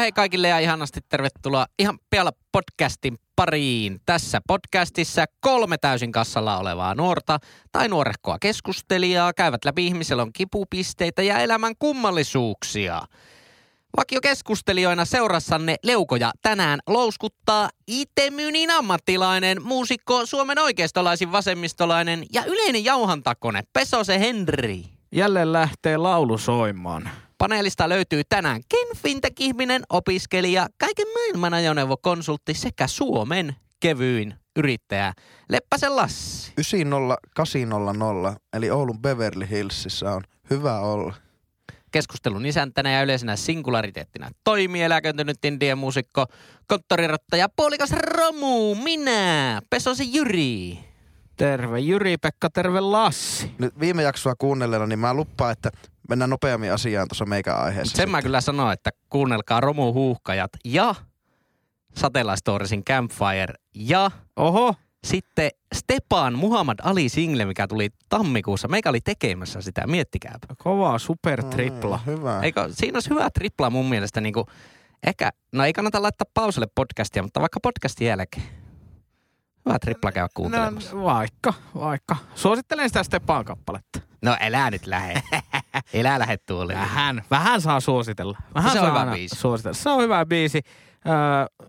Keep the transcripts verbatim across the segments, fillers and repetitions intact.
hei kaikille ja ihanasti tervetuloa Ihan Pihalla podcastin pariin. Tässä podcastissa kolme täysin kassalla olevaa nuorta tai nuorehkoa keskustelijaa käyvät läpi ihmiselon kipupisteitä ja elämän kummallisuuksia. Vakiokeskustelijoina seurassanne leukoja tänään louskuttaa itemynin ammattilainen, muusikko, Suomen oikeistolaisin vasemmistolainen ja yleinen jauhantakone Pesose Henri. Jälleen lähtee laulu soimaan. Paneelista löytyy tänään Ken Fintech-ihminen, opiskelija, kaiken maailman ajoneuvokonsultti sekä Suomen kevyin yrittäjä Leppäsen Lassi. yhdeksän nolla kahdeksan nolla nolla eli Oulun Beverly Hillsissä on hyvä olla. Keskustelun isäntänä ja yleisenä singulariteettina toimii eläköintynyt indie-muusikko, konttorirottaja, puolikas romu, minä, Pesose Jyri. Terve Jyri-Pekka, terve Lassi. Nyt viime jaksoa kuunnelleena, niin mä lupaan, että mennään nopeammin asiaan tuossa meikä aiheessa. Sen mä kyllä sanon, että kuunnelkaa Romuhuuhkajat ja Satellaistorisin Campfire ja Oho. sitten Stepan Muhammad Ali single, mikä tuli tammikuussa. Meikä oli tekemässä sitä, miettikääpä. Kova super tripla. Mm, hyvä. Eikö, siinä olisi hyvä tripla mun mielestä. Niin kuin, ehkä, no ei kannata laittaa pauselle podcastia, mutta vaikka podcastin jälkeen. Hyvä tripla käydä kuuntelemassa. No, vaikka, vaikka. Suosittelen sitä Stepan kappaletta. No älä nyt lähde. Elä lähde tuolle. Vähän, vähän saa suositella. Vähän se on saa hyvä aina biisi. Suositella. Se on hyvä biisi. Öö,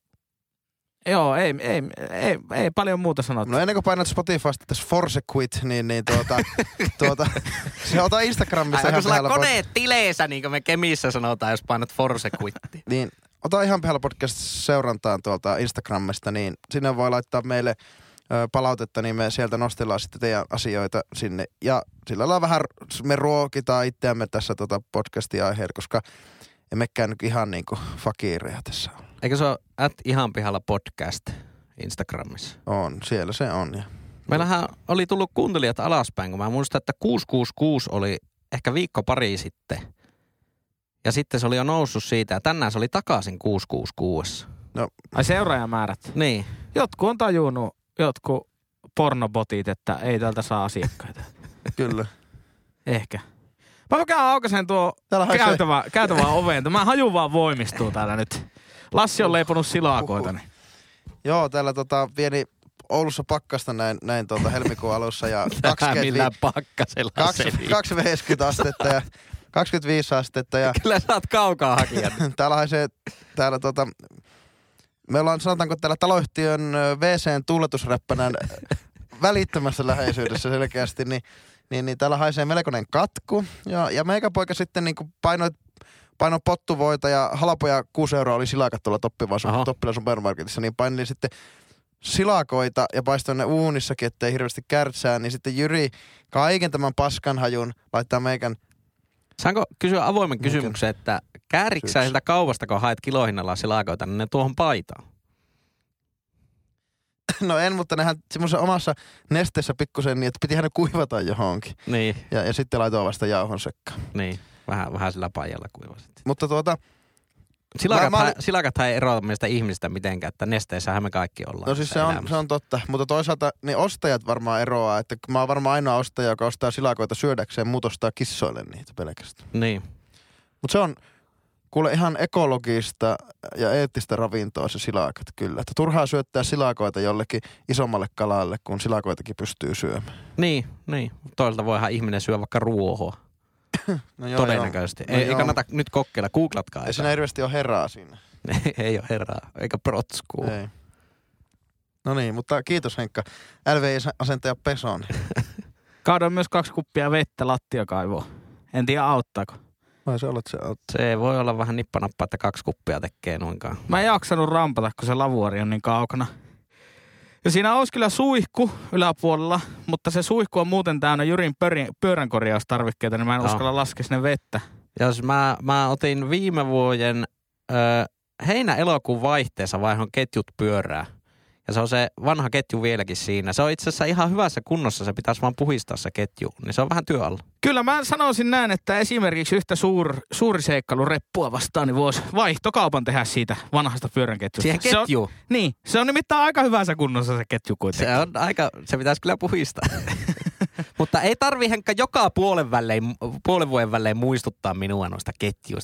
joo, ei, ei, ei, ei paljon muuta sanottu. No ennen kuin painat Spotifysta tässä Force Quit, niin, niin tuota, tuota, se ota Instagramista Aivan ihan sulla pihalla koneet tileessä, niin kuin me Kemissä sanotaan, jos painat Force Quittiin. Niin, ota ihan pihalla podcast seurantaan tuolta Instagramista, niin sinne voi laittaa meille ö, palautetta, niin me sieltä nostellaan sitten teidän asioita sinne. Ja sillä lailla vähän me ruokitaan itseämme tässä tota podcastin aiheella, koska emmekään nyt ihan niin kuin fakiireja tässä ole. Eikö se ole at Ihan Pihalla podcast Instagramissa? On, siellä se on. Ja Meillähän oli tullut kuuntelijat alaspäin, kun mä muistan, että kuusi kuusi kuusi oli ehkä viikko pari sitten. Ja sitten se oli jo noussut siitä, ja tänään se oli takaisin kuusi kuusi kuusi. No, Ai seuraajamäärät. Niin. Jotkut on tajunnut, jotkut pornobotit, että ei täältä saa asiakkaita. kyllä. Ehkä. Mä käyn aukaisen tuo käytävä, käytävä oveen. Mä haju vaan voimistuu täällä nyt. Lassi on leiponut silakoita. Niin. Joo, täällä tota pieni Oulussa pakkasta näin, näin tuolta helmikuun alussa ja Millään pakkasella kaksikymmentä astetta ja kaksikymmentäviisi astetta ja Kyllä sä oot kaukaa hakija. täällä haisee, täällä tota, me ollaan sanotaanko täällä taloyhtiön W C:n tuuletusräppänän välittömässä läheisyydessä selkeästi, niin, niin, niin täällä haisee melkoinen katku ja, ja meikäpoika sitten niin kuin painoi paino pottuvoita ja halpoja kuusi euroa oli silakat tuolla Toppilan supermarketissa, niin painelin sitten silakoita ja paistoin ne uunissakin, ettei hirveästi kärtsää, niin sitten Jyri kaiken tämän paskanhajun laittaa meikän. Saanko kysyä avoimen kysymyksen, että kääriksä siltä kaupasta, kun haet kilohinnalla silakoita, niin ne tuohon paitaan? No en, mutta nehän semmoisessa omassa nesteessä pikkusen niin, että pitihän ne kuivata johonkin. Niin. Ja, ja sitten laitoin vasta jauhon sekkaan. Niin, vähän, vähän sillä paijalla kuivasit. Mutta tuota... Silakathan, mä, mä olin... silakathan ei eroa meistä ihmistä mitenkään, että nesteissähän me kaikki ollaan. No siis se on, se on totta, mutta toisaalta ne ostajat varmaan eroaa, että mä oon varmaan ainoa ostaja, joka ostaa silakoita syödäkseen, muut ostaa kissoille niitä pelkästään. Niin. Mutta se on kuule ihan ekologista ja eettistä ravintoa se silakat kyllä. Että turhaa syöttää silakoita jollekin isommalle kalalle, kun silakoitakin pystyy syömään. Niin, niin. Toilta voihan ihminen syö vaikka ruohoa. No joo, todennäköisesti. Joo. Ei, no ei kannata nyt kokeilla, googlatkaa. Ei siinä hirveästi ole herraa siinä. Ei ole herraa, eikä protskuu. Ei. No niin, mutta kiitos Henkka. L V I-asentaja Pesoni. Kaadoin myös kaksi kuppia vettä lattiakaivoon. En tiedä auttaako. Vai se olet se auttaa? Se voi olla vähän nippanappa, että kaksi kuppia tekee noinkaan. Mä en jaksanut rampata, kun se lavuori on niin kaukana. Ja siinä olisi kyllä suihku yläpuolella, mutta se suihku on muuten täynnä Jyrin pöri, pyöränkorjaustarvikkeita, niin mä en no. uskalla laskea sinne vettä. Jos mä, mä otin viime vuoden ö, heinä-elokuun vaihteessa vaihon ketjut pyörää. Ja se on se vanha ketju vieläkin siinä. Se on itse asiassa ihan hyvässä kunnossa, se pitäisi vaan puhistaa se ketju. Niin se on vähän työ alla. Kyllä mä sanoisin näin, että esimerkiksi yhtä suur, suuri seikkailu reppua vastaan, niin voisi vaihtokaupan tehdä siitä vanhasta pyöränketjusta. Siihen ketjuun? Se on, niin, se on nimittäin aika hyvässä kunnossa se ketju kuitenkin. Se on aika, se pitäisi kyllä puhistaa. Mutta ei tarvi Henkka joka puolen, välein, puolen vuoden välein muistuttaa minua noista ketjuista.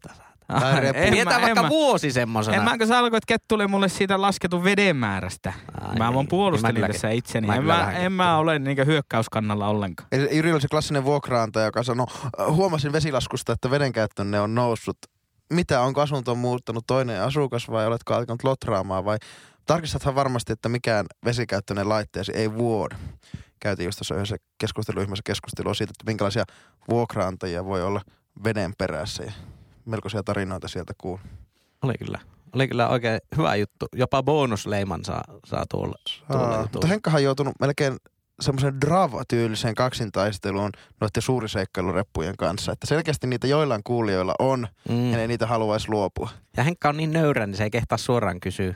Tai reppu. En Pidetään mä- vaikka en mä- vuosi semmosena. En mäkö sä alkoi, että kettu oli mulle siitä lasketun veden määrästä. Ai Mä vaan niin. puolustelin Mä kyllä- tässä itseni. mä En kyllä mä, vähän en mä ole niinkö hyökkäyskannalla ollenkaan. Eli Jyri oli se klassinen vuokraantaja, joka sanoi, huomasin vesilaskusta, että vedenkäyttönne on noussut. Mitä, onko asuntoon muuttanut toinen asukas vai oletko alkanut lotraamaan vai tarkistathan varmasti, että mikään vesikäyttöinen laitteesi ei vuoda. Käytiin just tuossa yhdessä keskusteluryhmässä keskustelua siitä, että minkälaisia vuokraantajia voi olla veden perässä ja melkoisia tarinoita sieltä kuuluu. Oli kyllä. Oli kyllä oikein hyvä juttu. Jopa bonusleiman saa, saa tuolla, tuolla Aa, jutulla. mutta Henkkahan on joutunut melkein semmoisen Drav-tyyliseen kaksintaisteluun noiden suuriseikkailureppujen kanssa. Että selkeästi niitä joillain kuulijoilla on Mm. ja ne niitä haluaisi luopua. Ja Henkka on niin nöyrä, niin se ei kehtaa suoraan kysyä.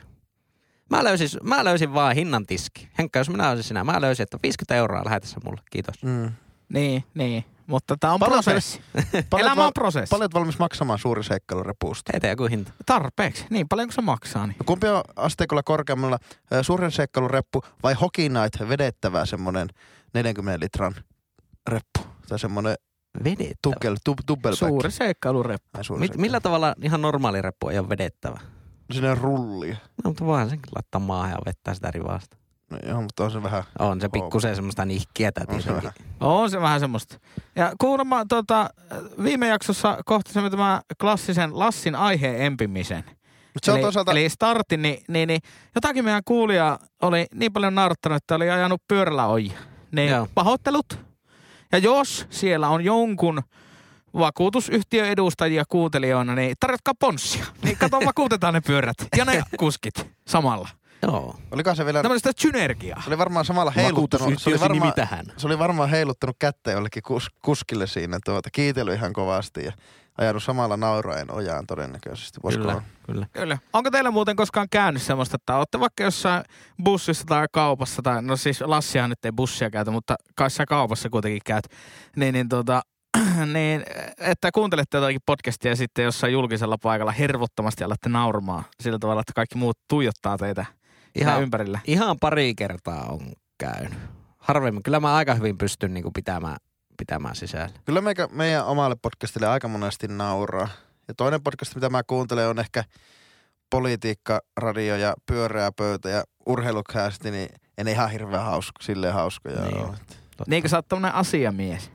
Mä löysin, mä löysin vaan hinnan tiski. Henkka, jos minä olisin sinä, mä löysin, että viisikymmentä euroa lähetä se mulle. Kiitos. Mm. Niin, niin. Mutta tää on Paljon prosessi. Paljon Elämä on val- prosessi. Paljon olet valmis maksamaan suuriseikkailureppuusta? Heitä joku hinta. Tarpeeksi. Niin, paljonko se maksaa? Niin? No kumpi on asteikolla korkeammalla, ö, suuren seikkailureppu vai Hockey Night vedettävä semmoinen neljänkymmenen litran reppu? Tai semmoinen Vedettävä. tugel, tub, tubbelback. Suuri seikkailureppu. Ai, suuri Mit, seikkailu. millä tavalla ihan normaali reppu ei ole vedettävä? Sinne rulli. No, mutta voihan senkin laittaa maahan ja vettää sitä rivasta. No joo, mutta on se vähän... On se pikkusen semmoista nihkiä On se tietenkin. vähän. On se vähän semmoista. Ja kuulemma tota, viime jaksossa kohtasimme tämän klassisen Lassin aiheen empimisen. Mutta se on eli, toisaalta... eli startin, niin, niin, niin jotakin meidän kuulija oli niin paljon naurattanut, että oli ajanut pyörällä ojia. Niin Joo. pahoittelut. Ja jos siellä on jonkun vakuutusyhtiön edustajia kuuntelijoina, niin tarjotkaa ponssia. Niin kato, vakuutetaan ne pyörät ja ne kuskit samalla. Joo. Olikohan se vielä... Tämmöistä synergiaa. Se oli varmaan samalla heiluttanut... Se oli varmaan, tähän. se oli varmaan heiluttanut kättä jollekin kus, kuskille siinä, tuota, kiitellyt ihan kovasti ja ajanut samalla nauraen ojaan todennäköisesti. Voisiko Kyllä, olla? kyllä. Kyllä. Onko teillä muuten koskaan käynyt semmoista, että olette vaikka jossain bussissa tai kaupassa, tai no siis Lassihan nyt ei bussia käytä, mutta kai sä kaupassa kuitenkin käyt, niin, niin tota, niin, että kuuntelette jotakin podcastia ja sitten jossain julkisella paikalla hervottomasti alatte nauramaan sillä tavalla, että kaikki muut tuijottaa teitä ihan Ihan, ympärillä. ihan pari kertaa on käynyt. Harvemmin. Kyllä mä aika hyvin pystyn niinku pitämään, pitämään sisällä. Kyllä meikä, meidän omalle podcastille aika monesti nauraa. Ja toinen podcast, mitä mä kuuntelen, on ehkä politiikka, radio ja pyöreä pöytä ja urheilukäästi, niin en ihan hirveän hauska, silleen hauskoja Niin. ole. Niinkö sä oot tämmönen asiamies?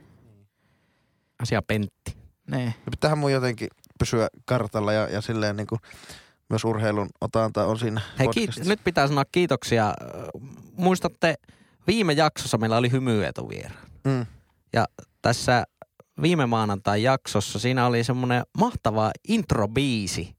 Asia Pentti. Niin. Pitäähän mun jotenkin pysyä kartalla ja, ja silleen niin kuin myös urheilun otanta on siinä Hei, podcastissa. kiit- nyt pitää sanoa kiitoksia. Muistatte, viime jaksossa meillä oli hymyetuviera. Mm. Ja tässä viime maanantain jaksossa siinä oli semmoinen mahtava introbiisi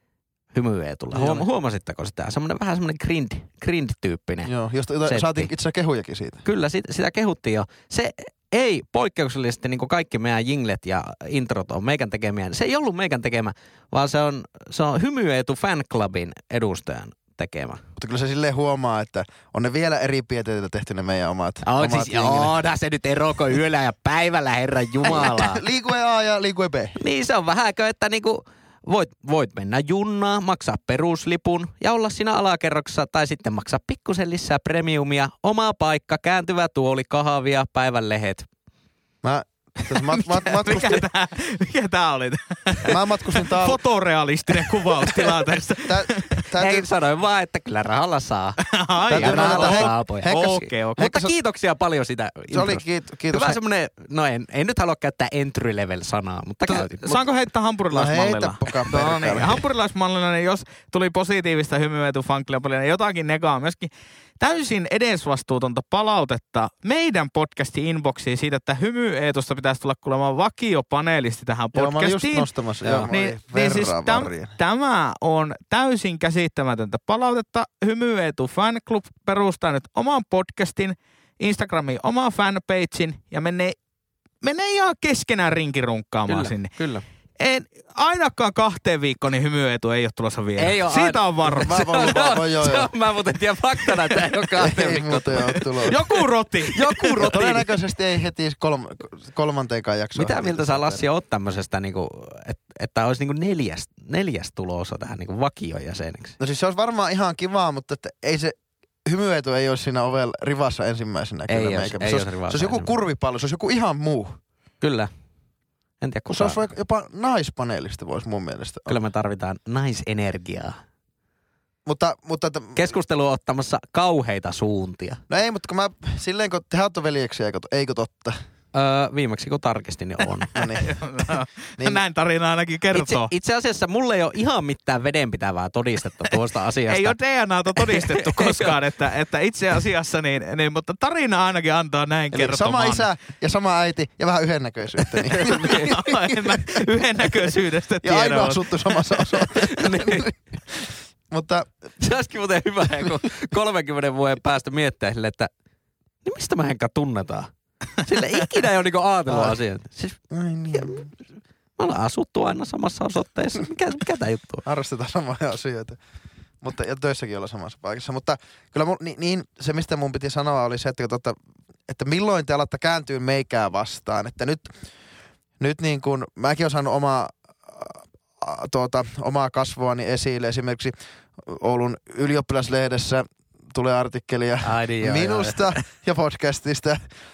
hymyetulla. Joo. Huom- huomasitteko sitä? Semmoinen vähän semmoinen grind, grind-tyyppinen. Joo, josta jota Setti. saatiin itse asiassa kehujakin siitä. Kyllä, sit, sitä kehuttiin jo. Se ei poikkeuksellisesti, niin kuin kaikki meidän jinglet ja introt on meikän tekemiä. Se ei ollut meikän tekemä, vaan se on, se on Hymyetu fanclubin edustajan tekemä. Mutta kyllä se silleen huomaa, että on ne vielä eri pieteitä tehty ne meidän omat, On omat siis, joo, se nyt eroko yöllä ja päivällä, herran jumala. Liikue A ja liikue B. Niin se on vähäkö, että niinku voit, voit mennä junnaan, maksaa peruslipun ja olla siinä alakerroksessa tai sitten maksaa pikkusen lisää premiumia, oma paikka, kääntyvä tuoli, kahvia, päivänlehet. Mä, tässä mat, mat, matkustin, Mikä tää, mikä tää oli? mä matkustin taal... Fotorealistinen kuvaus tilanteesta. Tä, täytyy, Hei, sanoin vaan, että kyllä rahalla saa. Ai, Täytyy Kyllä sanoa, rahalla että saa, pojat. Henkka- Okei, okei. Mutta Henkka- kiitoksia paljon sitä se oli introsta. kiit, kiitos. Hyvä semmonen, no en, en nyt halua käyttää entry level sanaa, mutta käytin. Saanko heittää No hampurilaismallilla? heitä poka No niin, perkele. hampurilaismallilla, niin jos tuli positiivista hymyetu fanclubille, niin jotakin negaa myöskin täysin edesvastuutonta palautetta meidän podcastin inboxiin siitä, että Hymy-Eetusta pitäisi tulla kuulemaan vakiopaneelisti tähän Joo, mä olin just podcastiin. nostamassa. Joo. Joo, mä Niin, olin niin siis verran täm, varjen. tämä on täysin käsittämätöntä palautetta. Hymyetu Fanclub perustaa nyt oman podcastin, Instagramiin oman fanpagein ja menee, menee ihan keskenään rinkirunkkaamaan Kyllä, sinne. kyllä. En, ainakaan kahteen viikkoon niin Hymyetu ei ole tulossa vielä. Ei oo Siitä aina. on varma. Mä voin luvata, voi joo Se joo. on, mä muuten tiedän faktana, että ei ole kahteen Ei viikkoon. muuten ole tulossa. Joku roti. Joku roti. Todennäköisesti ei heti kolm, kolmanteenkaan jaksoon. Mitä mieltä sä, Lassi, oot tämmöisestä, niinku, että, että olisi niinku neljäs, neljäs tulossa tähän niinku vakiojäseneksi? No siis se olisi varmaan ihan kivaa, mutta että ei se Hymyetu ei olisi siinä ovella rivassa ensimmäisenä. Ei kyllä ois, meikä. ei se ois olisi, rivassa se olisi joku ensimmäisenä. kurvipallo, se olisi joku ihan muu. Kyllä. En tiedä Kun se kuka. olisi vaikka jopa naispaneelista voisi mun mielestä. Kyllä me tarvitaan naisenergiaa. Mutta, mutta että, Keskustelu on ottamassa kauheita suuntia. no ei, mutta kun mä silleen kun te olette veljeksiä, eikö, eikö totta? Öö, viimeksi kun tarkistin, niin on. No niin. Niin, näin tarina ainakin Itse, kertoo. itse asiassa mulle ei ole ihan mitään vedenpitävää todistetta tuosta asiasta. Ei ole D N A:ta todistettu koskaan, että, että itse asiassa niin, niin, mutta tarina ainakin antaa näin Eli kertomaan. sama isä ja sama äiti ja vähän yhdennäköisyyttä. Niin. En mä yhdennäköisyydestä Ja tiedä. aina asuttu samassa osoitteessa. Niin. Mutta Se olisikin muuten hyvä, kun kolmenkymmenen vuoden päästä miettiä sille, että niin mistä mä Henkka tunnetaan? Sille ikinä ei ole niinku ajatellut Ai. asiaa. Siis ai niin. me ollaan asuttu aina samassa osoitteessa. Mikä, mikä tää juttu on? Harrastetaan samoja asioita. Mutta, ja töissäkin olla samassa paikassa. Mutta kyllä mun, niin, niin, se, mistä mun piti sanoa, oli se, että, että, että milloin te alatte kääntyä meikää vastaan. Että nyt, nyt niin kuin, mäkin olen saanut omaa, äh, tuota, omaa kasvoani esille. Esimerkiksi Oulun ylioppilaslehdessä tulee artikkelia Ai niin, joo, minusta joo, joo. ja podcastista.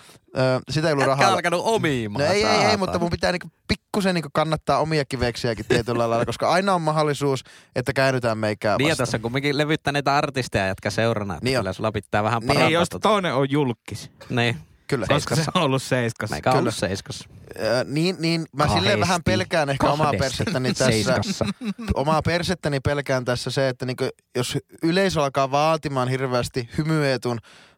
Ö, sitä ei ollut Jätkä rahaa. alkanut omiimaan. No ei, ei, ei, saatana. mutta mun pitää niinku pikkusen niinku kannattaa omia kiveksiäkin tietyllä lailla, koska aina on mahdollisuus, että käännytään meikää Niin ja vastaan. tässä on kumminkin levyttäneitä artisteja, jotka seurana. Niin Kyllä sulla pitää vähän Niin, parantaa. Ei, jos tota. toinen on julkis, Niin. Kyllä. koska se on ollut seiskassa. Meikä on ollut Kyllä. seiskassa. Ö, niin, niin mä Kahdesti. silleen vähän pelkään ehkä omaa Kahdesti. persettäni tässä. Seiskassa. Omaa persettäni pelkään tässä se, että niinku, jos yleisö alkaa vaatimaan hirveästi hymyetun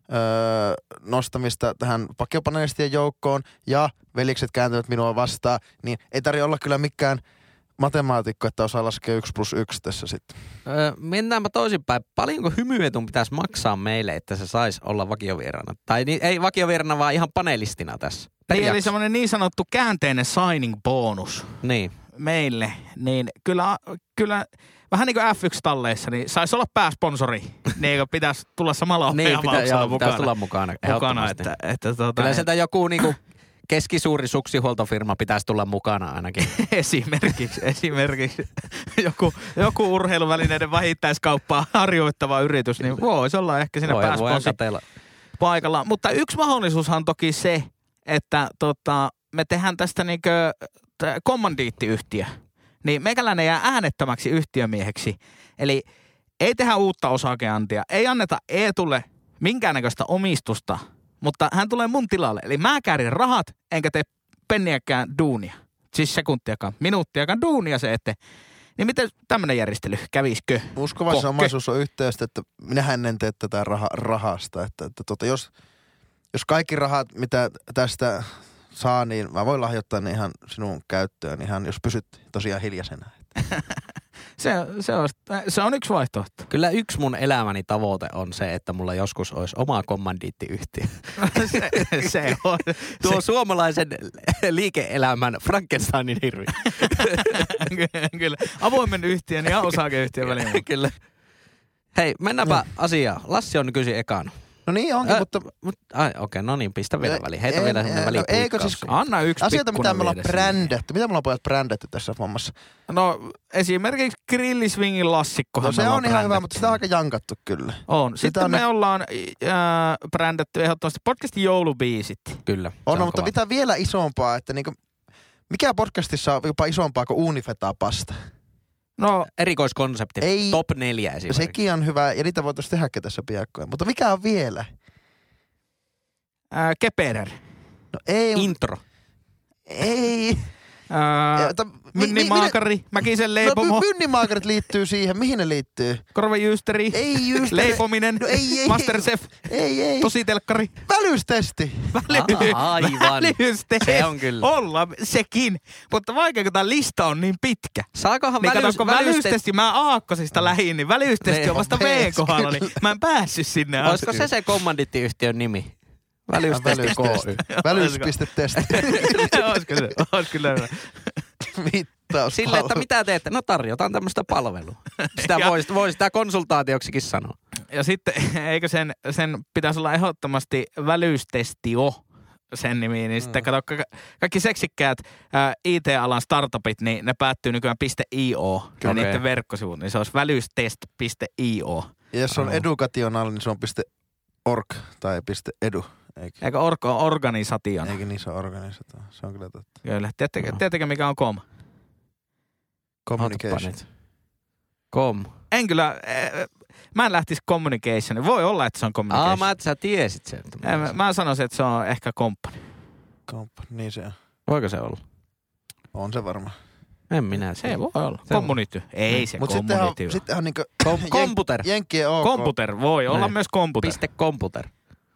öö, nostamista tähän vakiopanelistien joukkoon ja velikset kääntyvät minua vastaan, niin ei tarvitse olla kyllä mikään matemaatikko, että osaa laskea yksi plus yksi tässä sitten. Öö, mennäänpä toisinpäin. Paljonko hymyetun pitäisi maksaa meille, että se saisi olla vakiovierana? Tai ni- ei vakiovierana, vaan ihan panelistina tässä. Per Niin, eli jakso. semmoinen niin sanottu käänteinen signing bonus Niin. meille, niin kyllä, kyllä vähän niin kuin F yksi -talleissa, niin saisi olla pääsponsori, niin kuin pitäisi tulla samalla Niin, pitää, ohjaavauksella joo, pitäisi mukana. tulla mukana. mukana ehdottomasti. että, että tuota, Kyllä sieltä joku niinku keskisuuri suksihuoltofirma pitäisi tulla mukana ainakin. esimerkiksi, esimerkiksi joku, joku urheiluvälineiden vähittäiskauppaa harjoittava yritys, niin voisi olla ehkä siinä Voi, voi pääsponsi katsella. paikalla. Mutta yksi mahdollisuushan on toki se, että tota, me tehdään tästä niinkö t- kommandiittiyhtiö. Niin meikäläinen jää äänettömäksi yhtiömieheksi. Eli ei tehdä uutta osakeantia, ei anneta Eetulle minkäännäköistä omistusta, mutta hän tulee mun tilalle. Eli mä käärin rahat, enkä tee penniäkään duunia. Siis sekuntiakaan, minuuttiakaan duunia se ette. Niin miten tämmönen järjestely kävisikö? Uskovaisen Kohke. omaisuus on yhteistä, että minähän en tee tätä raha, rahasta. Että, että tota, jos, jos kaikki rahat, mitä tästä saa, niin mä voin lahjoittaa ne ihan sinun käyttöön, ihan jos pysyt tosiaan hiljaisena. Se, se, on, se on yksi vaihtoehto. Kyllä yksi mun elämäni tavoite on se, että mulla joskus olisi oma kommandiittiyhtiö. se, se on. Tuo Se, suomalaisen liike-elämän Frankensteinin hirvi. kyllä. Avoimen yhtiön ja osakeyhtiön välillä. Kyllä. Hei, mennäänpä asiaan. Lassi on nykyisin ekana. No niin onkin, Ä, mutta Mut, ai, okei, okay, no niin, pistä vielä Ei, väliin. Heitä ei, vielä ei, semmoinen no, välipuikkaus. eikö siis- Anna yksi asioita, mitä pikkunen me ollaan viedä brändätty. Mitä me ollaan pojat brändätty tässä hommassa? sinne. No esimerkiksi Grilliswingin lassikkohan No se me on ollaan ihan hyvä, brändätty. mutta sitä on aika jankattu kyllä. On. Sitten on me nyt- ollaan äh, brändätty ehdottomasti podcastin joulubiisit. Kyllä. se On, mutta kova. mitä vielä isompaa, että niinku, mikä podcastissa on jopa isompaa kuin uunifeta-pasta? No Erikoiskonsepti. Ei- Top neljä esimerkiksi. Sekin on hyvä, ja niitä voitaisiin tehdäkin tässä piakkoin. Mutta mikä on vielä? äh, Kepeder. No ei, Intro. ei. Äh, Ja, ta- mi- mi- Mynnimaakari, Mäkisen No leipomo, my- mynnimaakarit liittyy siihen. Mihin ne liittyy? korvajysteri, Ei just. leipominen, No ei, ei. Masterchef, Ei, ei. tositelkkari. Välystesti. Väly- Aa, aivan. Välystesti. Se on kyllä. Olla sekin. Mutta vaikka kun tämä lista on niin pitkä. Saakohan Niin välys, kato, kun välystesti mä aakkosista lähin, niin välystesti Niin, on vasta vees V-kohdalla, niin kyllä. mä en päässyt sinne Olisiko asti. se se kommandittiyhtiön nimi? Välystesti K Y. Välys.testi. Olisiko se? Olis kyllä hyvä. Mittaus. Sille, että mitä teette? No tarjotaan tämmöistä palvelua. Sitä Ja- voi, voi sitä konsultaatioksikin sanoa. Ja sitten, eikö sen, sen pitäisi olla ehdottomasti välystestio sen nimi, niin sitten kato, ka- kaikki seksikkäät ää, I T-alan startupit, niin ne päättyy nykyään .io ja Okei. niiden verkkosivut, niin se olisi välystest piste io. Ja jos on Joo. edukational, niin se on .org tai .edu. Eikä, Eikö orko, organisaationa? eikä niissä organisaatio. Se on kyllä totta. Kyllä. Tiedättekö, No. tiedättekö mikä on kom? Communication. Otpa nyt. Kom. En kyllä, äh, mä en lähtisi communication. Voi olla, että se on communication. Aa, mä et sä tiesit sen. En, mä, mä sanoisin, että se on ehkä komppani. Kompa, niin se on. Voiko se olla? On se varmaan. En minä Se tiedä. voi olla. Se on- Community. Ei se Mut sittenhän, community. sittenhän niinku Kom- Komputer. jenkkien OK. Computer voi olla Niin. myös computer. Piste komputer.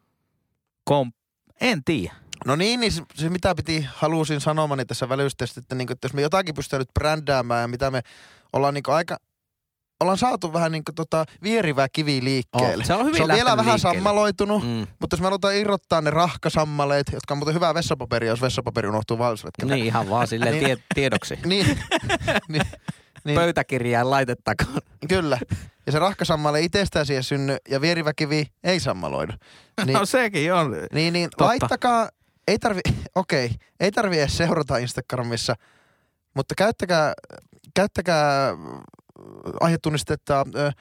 Kom- en tiedä. No niin, niin se, se mitä piti, halusin sanomani tässä välystesti, että, niinku, että jos me jotakin pystytään nyt brändäämään ja mitä me ollaan niinku aika, ollaan saatu vähän niinku tota vierivää kivi liikkeelle. Oh, se on hyvin se on vielä lähtenyt vähän liikkeelle. sammaloitunut, Mm. mutta jos me halutaan irrottaa ne rahkasammaleet, jotka on muuten hyvää vessapaperia, jos vessapaperi unohtuu valsvetkellä. Niin ihan vaan silleen Niin. tie- tiedoksi. niin, niin, niin Pöytäkirjaan laitettakoon. kyllä. Ja se rahkasammale itsestään siihen synny ja vierivä kivi ei sammaloidu. Niin, No sekin on. Niin, niin Totta. laittakaa, ei tarvi, okei, okay, ei tarvi edes seurata Instagramissa, mutta käyttäkää, käyttäkää aihetunnistetta ö,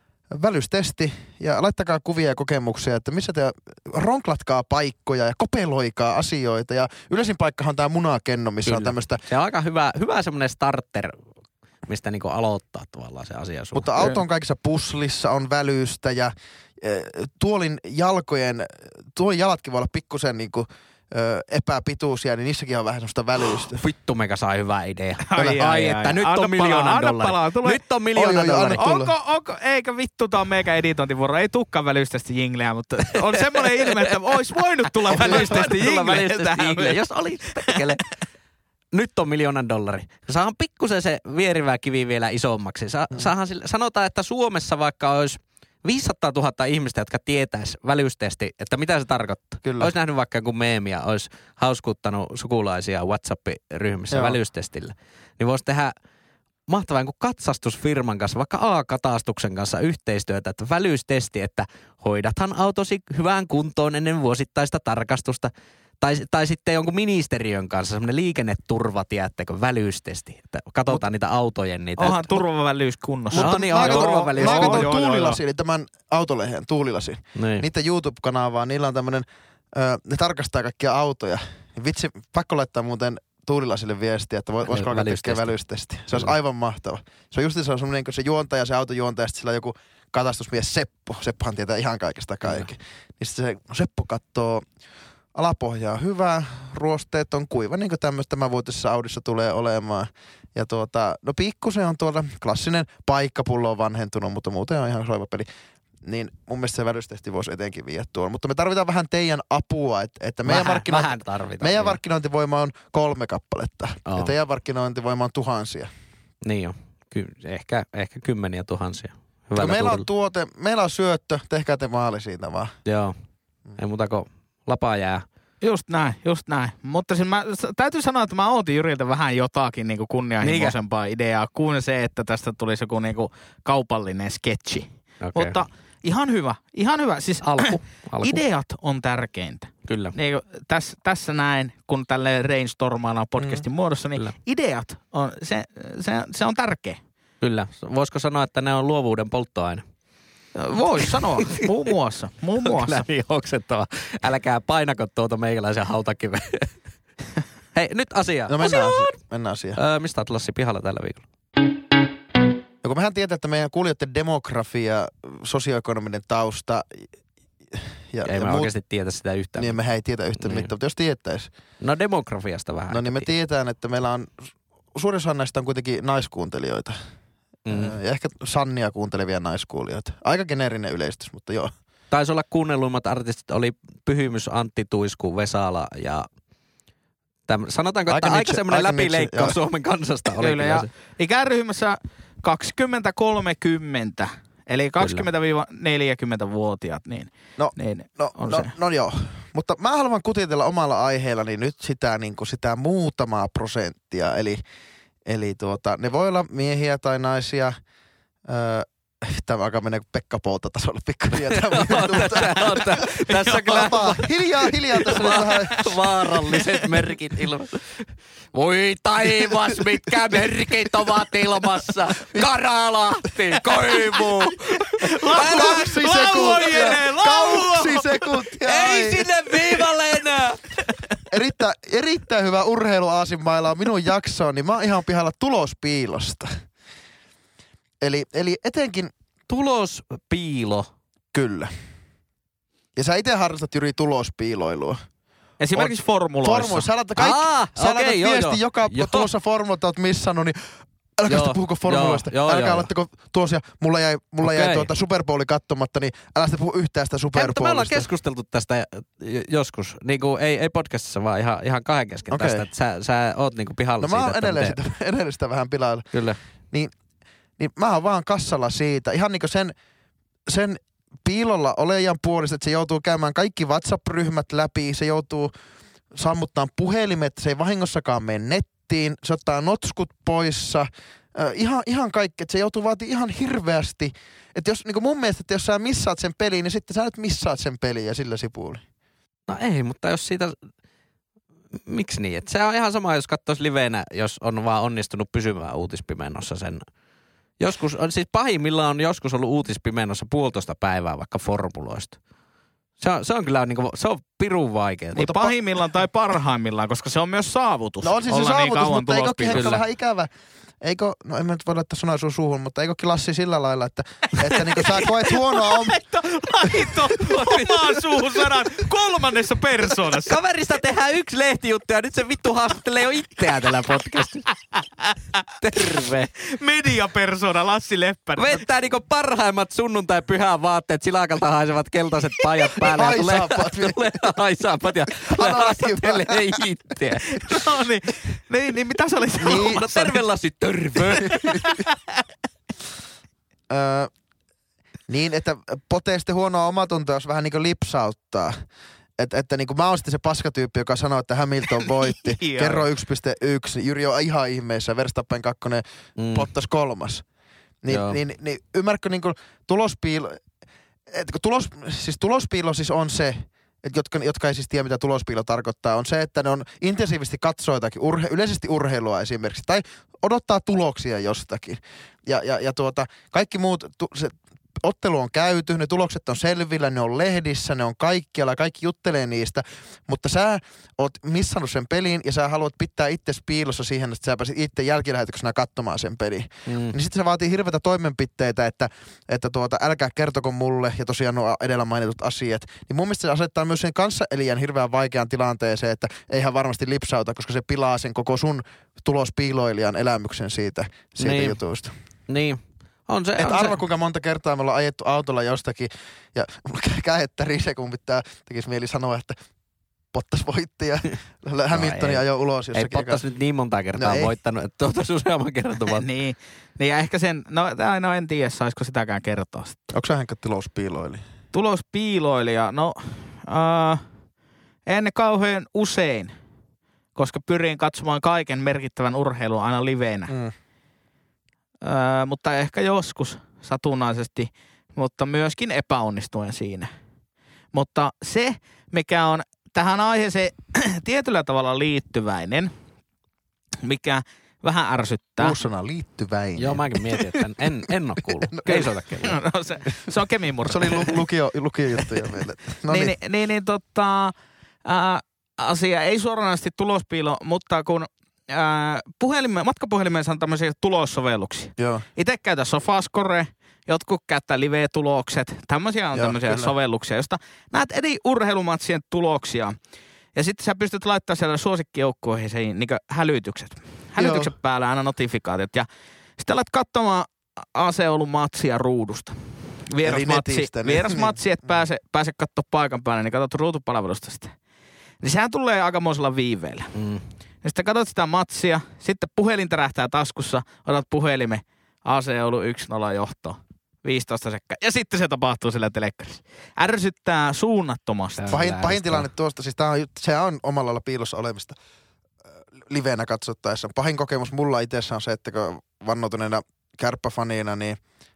välystesti ja laittakaa kuvia ja kokemuksia, että missä te ronklatkaa paikkoja ja kopeloikaa asioita ja yleisin paikkahan on tää munakenno, missä Kyllä. on tämmöistä, Se on aika hyvä, hyvä semmoinen starter, mistä niinku aloittaa tavallaan se asia sun. mutta auton kaikissa puslissa on välystä ja e, tuolin jalkojen, tuolin jalatkin voi olla pikkusen niinku ö, epäpituisia, niin niissäkin on vähän semmoista välystä. Vittu meikä sai hyvä idea. Ai, ai, Ai, ai. että nyt Anna on miljoonan palaa, anna dollari. palaa, tule- Nyt on miljoonan Oi, oi, dollari. anna tulla. Onko, onko, eikä vittu tää on meikä editointivuoro. Ei tukkaan välystestä jingleä, mutta on semmoinen ilme, että ois voinut tulla välystestä Tulla jingleä välistestä tähän. jingleä. Jos oli perkele. Nyt on miljoonan dollari. Saahan pikkusen se vierivä kivi vielä isommaksi. Sa- Mm. saahan sille, sanotaan, että Suomessa vaikka olisi viisisataatuhatta ihmistä, jotka tietäisi välystesti, että mitä se tarkoittaa. Kyllä. Olisi nähnyt vaikka joku meemiä, olisi hauskuttanut sukulaisia WhatsApp-ryhmissä Joo. välystestillä. Niin voisi tehdä mahtavan jonkun katsastusfirman kanssa, vaikka A-katastuksen kanssa yhteistyötä, että välystesti, että hoidathan autosi hyvään kuntoon ennen vuosittaista tarkastusta. Tai, tai sitten jonkun ministeriön kanssa semmoinen liikenneturva, tiedättekö, välystesti. Että katsotaan Mut, niitä autojen niitä. Onhan turvavälyys kunnossa. No Mutta niin, mä on katson- turvaväliys. Mä Joo, katson joo, joo, Tuulilasi, eli tämän autolehden Tuulilasi. Niin. Niiden YouTube-kanavaa, niillä on tämmönen, ö, ne tarkastaa kaikkia autoja. Vitsi, pakko laittaa muuten Tuulilasille viestiä, että vois- voisiko alkaa tekemään välystesti. Se olisi Kyllä. aivan mahtava. Se on just se on semmoinen, kun se juontaja, se autojuontaja, sitten sillä on joku katastusmies Seppo. Seppohan tietää ihan kaikesta kaikki. Niin sitten se Seppo katsoo, alapohja on hyvä, ruosteet on kuiva, niin kuin tämmöistä tämänvuotisessa Audissa tulee olemaan. Ja tuota, no pikkusen on tuolla klassinen paikkapullo on vanhentunut, mutta muuten on ihan soiva peli. Niin mun mielestä se välystesti voisi etenkin viedä tuolla. Mutta me tarvitaan vähän teidän apua, että, että meidän, Vähän, markkinointi, vähän tarvitaan. meidän vielä. markkinointivoima on kolme kappaletta. Oo. Ja teidän markkinointivoima on tuhansia. Niin jo. Ky- ehkä, ehkä kymmeniä tuhansia. Kun Hyvällä meillä on tuurilla. tuote, meillä on syöttö, tehkää te maali siitä vaan. Joo. Mm. Ei muuta kuin lapa jää. Just näin, just näin. Mutta siis mä, s- täytyy sanoa, että mä ootin Jyriltä vähän jotakin niinku kunnianhimoisempaa ideaa kuin se, että tästä tulisi joku niinku kaupallinen sketchi. Okay. Mutta ihan hyvä, ihan hyvä. Siis Alku. Alku. ideat on tärkeintä. Kyllä. Niin, tässä, tässä näin, kun tälleen rainstormaillaan podcastin mm. muodossa, niin Kyllä. ideat on, se, se, se on tärkeä. Kyllä. Voisiko sanoa, että ne on luovuuden polttoaine? Voisi sanoa, muun muassa, muun muassa. Kyllä niin oksettava. Älkää painako tuota meikäläisen hautakiveen. Hei, nyt asiaan. No mennään asiaan. Mennään asiaan. Öö, mistä olet Lassi pihalla tällä viikolla? Ja kun mehän tietää, että meidän kuulijoiden demografia, sosioekonominen tausta ja, Ei ja me muut, oikeasti tietä sitä yhtään. niin mehän ei tietä yhtään Niin. mitään, mutta jos tietäisi, No demografiasta vähän. no niin me ehkä tiedetään, että meillä on, suurin osa näistä on kuitenkin naiskuuntelijoita. Mm. Ja ehkä Sannia kuuntelevia naiskuulijoita. Aika geneerinen yleistys, mutta joo. Taisi olla kuunnelluimmat artistit, oli Pyhimys, Antti Tuisku, Vesala ja täm, sanotaanko, Aika että niche- aika semmoinen aika niche, läpileikkaus joo. Suomen kansasta oli. Kyllä, Kyllä ja se. ikäryhmässä kaksikymmentä kolmekymmentä, eli kaksikymmentä neljäkymmentä-vuotiaat, niin, No, niin No, on no, se. no joo, mutta mä haluan kutitella omalla aiheellani nyt sitä, niin kuin sitä muutamaa prosenttia. Eli, eli tuota, ne voi olla miehiä tai naisia, öö, Tämä alkaa mennä Pekka Pouta-tasolle pikkuhiljaa. Tässä kyllä hiljaa, hiljaa tässä on vähän vaaralliset merkit ilmassa. Voi taivas, mitkä merkit ovat ilmassa. Karalahti, Koivu. kaksi sekuntia. Kaksi sekuntia. Ei sinne viivalle enää. Erittäin, erittäin hyvä urheiluaasinmailla on minun jaksoon, niin mä oon ihan pihalla tulospiilosta. Eli, eli etenkin... Tulospiilo. Kyllä. Ja sä itse harrastat, Jyri, tulospiiloilua. Esimerkiksi Oot, formuloissa. Formuloissa. Sä laitat kaikki, Aa, sä laitat okei, joo, viesti joo. joka Joo. tuossa formuloita oot missannut, niin älkää Joo, sitä puhuko formuloista. joo, joo, älkää joo. laittako tuossa, mulla jäi, mulla Okei. jäi tuota Super Bowli katsomatta, niin älä sitä puhu yhtään sitä Super Hei, mutta me ollaan Bowlista. keskusteltu tästä joskus, niin kuin ei, ei podcastissa, vaan ihan, ihan kahden kesken Okei. tästä, että sä, sä oot niin kuin pihalla No mä siitä. oon että edelleen miten- sitä, edelleen sitä vähän pilalla. Kyllä. Niin, niin mä oon vaan kassalla siitä. Ihan niinku sen, sen piilolla olejan puolesta, että se joutuu käymään kaikki WhatsApp-ryhmät läpi, se joutuu sammuttaa puhelimet, se ei vahingossakaan mene nettiin, se ottaa notskut poissa, äh, ihan, ihan kaikki, että se joutuu vaatii ihan hirveästi. Että jos, niinku mun mielestä, että jos sä missaat sen peliin, niin sitten sä nyt missaat sen peliin ja sillä sipuli. No ei, mutta jos siitä... Miksi niin? Et se on ihan sama, jos katsoisi liveenä, jos on vaan onnistunut pysymään uutispimennossa sen. Joskus, on siis pahimmillaan on joskus ollut uutispimennossa puolitoista päivää vaikka formuloista. Se on, se on kyllä niinku, se on pirun vaikeaa. Niin pahimmillaan tai parhaimmillaan, koska se on myös saavutus. No on siis se olla niin saavutus, kauan mutta eikö tulospiilossa. ehkä vähän ikävä? Eikö, no en mä nyt voi laittaa sanaa sun suuhun, mutta eikö Lassi sillä lailla, että, että niinku sä koet huonoa om... Laito, laito omaa suuhun sanat kolmannessa persoonassa. Kaverista tehdään yksi lehtijuttu ja nyt se vittu haastattelee jo itseään tällä podcastissa. Terve. Mediapersona Lassi Leppänen. Vettää niinku parhaimmat sunnuntai pyhään vaatteet, silakalta haisevat keltaiset pajat päälle. ja tulee- Haisaapat vielä. Tulee haisaapat ja tulee Anarkin haastattelee itseään. No niin, niin, niin mitä sä olit Niin. sanomassa? No terve Lassi, terve. Öö, niin, että potee sitten huonoa omatuntoa, jos vähän niinku lipsauttaa. Et, että niinku mä oon sitten se paskatyyppi, joka sanoo, että Hamilton voitti. Joo. Kerro yksi pilkku yksi. Jyri on ihan ihmeessä. Verstappen kakkonen, Mm. Bottas kolmas. Niin, Joo. niin, niin ymmärrätkö niinku tulospiilo... Et, kun tulos, siis tulospiilo siis on se, et jotka, jotka ei siis tiedä, mitä tulospiilo tarkoittaa, on se, että ne on intensiivisesti katsoo jotakin, urhe, yleisesti urheilua esimerkiksi, tai odottaa tuloksia jostakin. Ja, ja, ja tuota, kaikki muut, tu, se, ottelu on käyty, ne tulokset on selvillä, ne on lehdissä, ne on kaikkialla, kaikki juttelee niistä, mutta sä oot missannut sen pelin ja sä haluat pitää itse piilossa siihen, että sä pääsit itse jälkilähetyksenä katsomaan sen pelin. Mm. Niin sitten se vaatii hirveätä toimenpiteitä, että, että tuota, älkää kertoko mulle ja tosiaan nuo edellä mainitut asiat. Niin mun mielestä se asettaa myös sen kanssa-elijän hirveän vaikean tilanteeseen, että eihän varmasti lipsauta, koska se pilaa sen koko sun tulospiiloilijan elämyksen siitä, siitä Niin. jutusta. Niin. On se, Et on arva, se. kuinka monta kertaa me ollaan ajettu autolla jostakin ja mulla kähettä rise, kun pitää, tekisi mieli sanoa, että Bottas voitti ja Hamiltoni ei. ajoi ulos Ei jossakin. Bottas nyt niin monta kertaa No ei. voittanut, että tuotaisi useamman kerran tuvat. niin, niin ja ehkä sen, no, tää- no en tiedä, saisiko sitäkään kertoa sitten. Onko sä Henkka tulospiiloili? Tulospiiloilija, no äh, en kauhean usein, koska pyrin katsomaan kaiken merkittävän urheilun aina liveenä. Mm. Öö, mutta ehkä joskus satunnaisesti, mutta myöskin epäonnistuen siinä. Mutta se, mikä on tähän aiheeseen tietyllä tavalla liittyväinen, mikä vähän ärsyttää. Uusi sana, liittyväinen. Joo, mäkin mietin, että en, en, en ole kuullut. Ei soita kello. No, se, se on kemimurta. Se oli lu- lukio, lukiojuttuja meille. No niin, niin. niin, niin, niin tota, ää, asia ei suoranaisesti tulospiilo, mutta kun ää, puhelime, matkapuhelimessa on tämmöisiä tulossovelluksia. Joo. Itse käytän Sofascore, jotkut käyttää live-tulokset. Tämmöisiä on Joo, tämmöisiä kyllä. sovelluksia, josta näet eri urheilumatsien tuloksia. Ja sitten sä pystyt laittamaan siellä suosikkijoukkoihin niin hälytykset. Hälytykset Joo. päällä aina notifikaatiot. Ja sitten alat katsomaan A C Oulun matsia ruudusta. Vierasmatsi, netistä, niin. vierasmatsi et pääse, pääse katsoa paikan päälle, niin katsot ruutupalvelusta sitä. Niin sehän tulee aikamoisella viiveellä. Mm. Ja sitten katsot sitä matsia, sitten puhelin tärähtää taskussa, otat puhelimen, A C Oulu yksi nolla johtoon, viisitoista sekkaa. Ja sitten se tapahtuu sillä telekkarissa. Ärsyttää suunnattomasti. Tää- Pahin, Ärsyttää. pahin tilanne tuosta, siis tää on, se on omalla lailla piilossa olemista äh, liveenä katsottaessa. Pahin kokemus mulla itsessä on se, että kun vannoutuneena kärppäfaniina, niin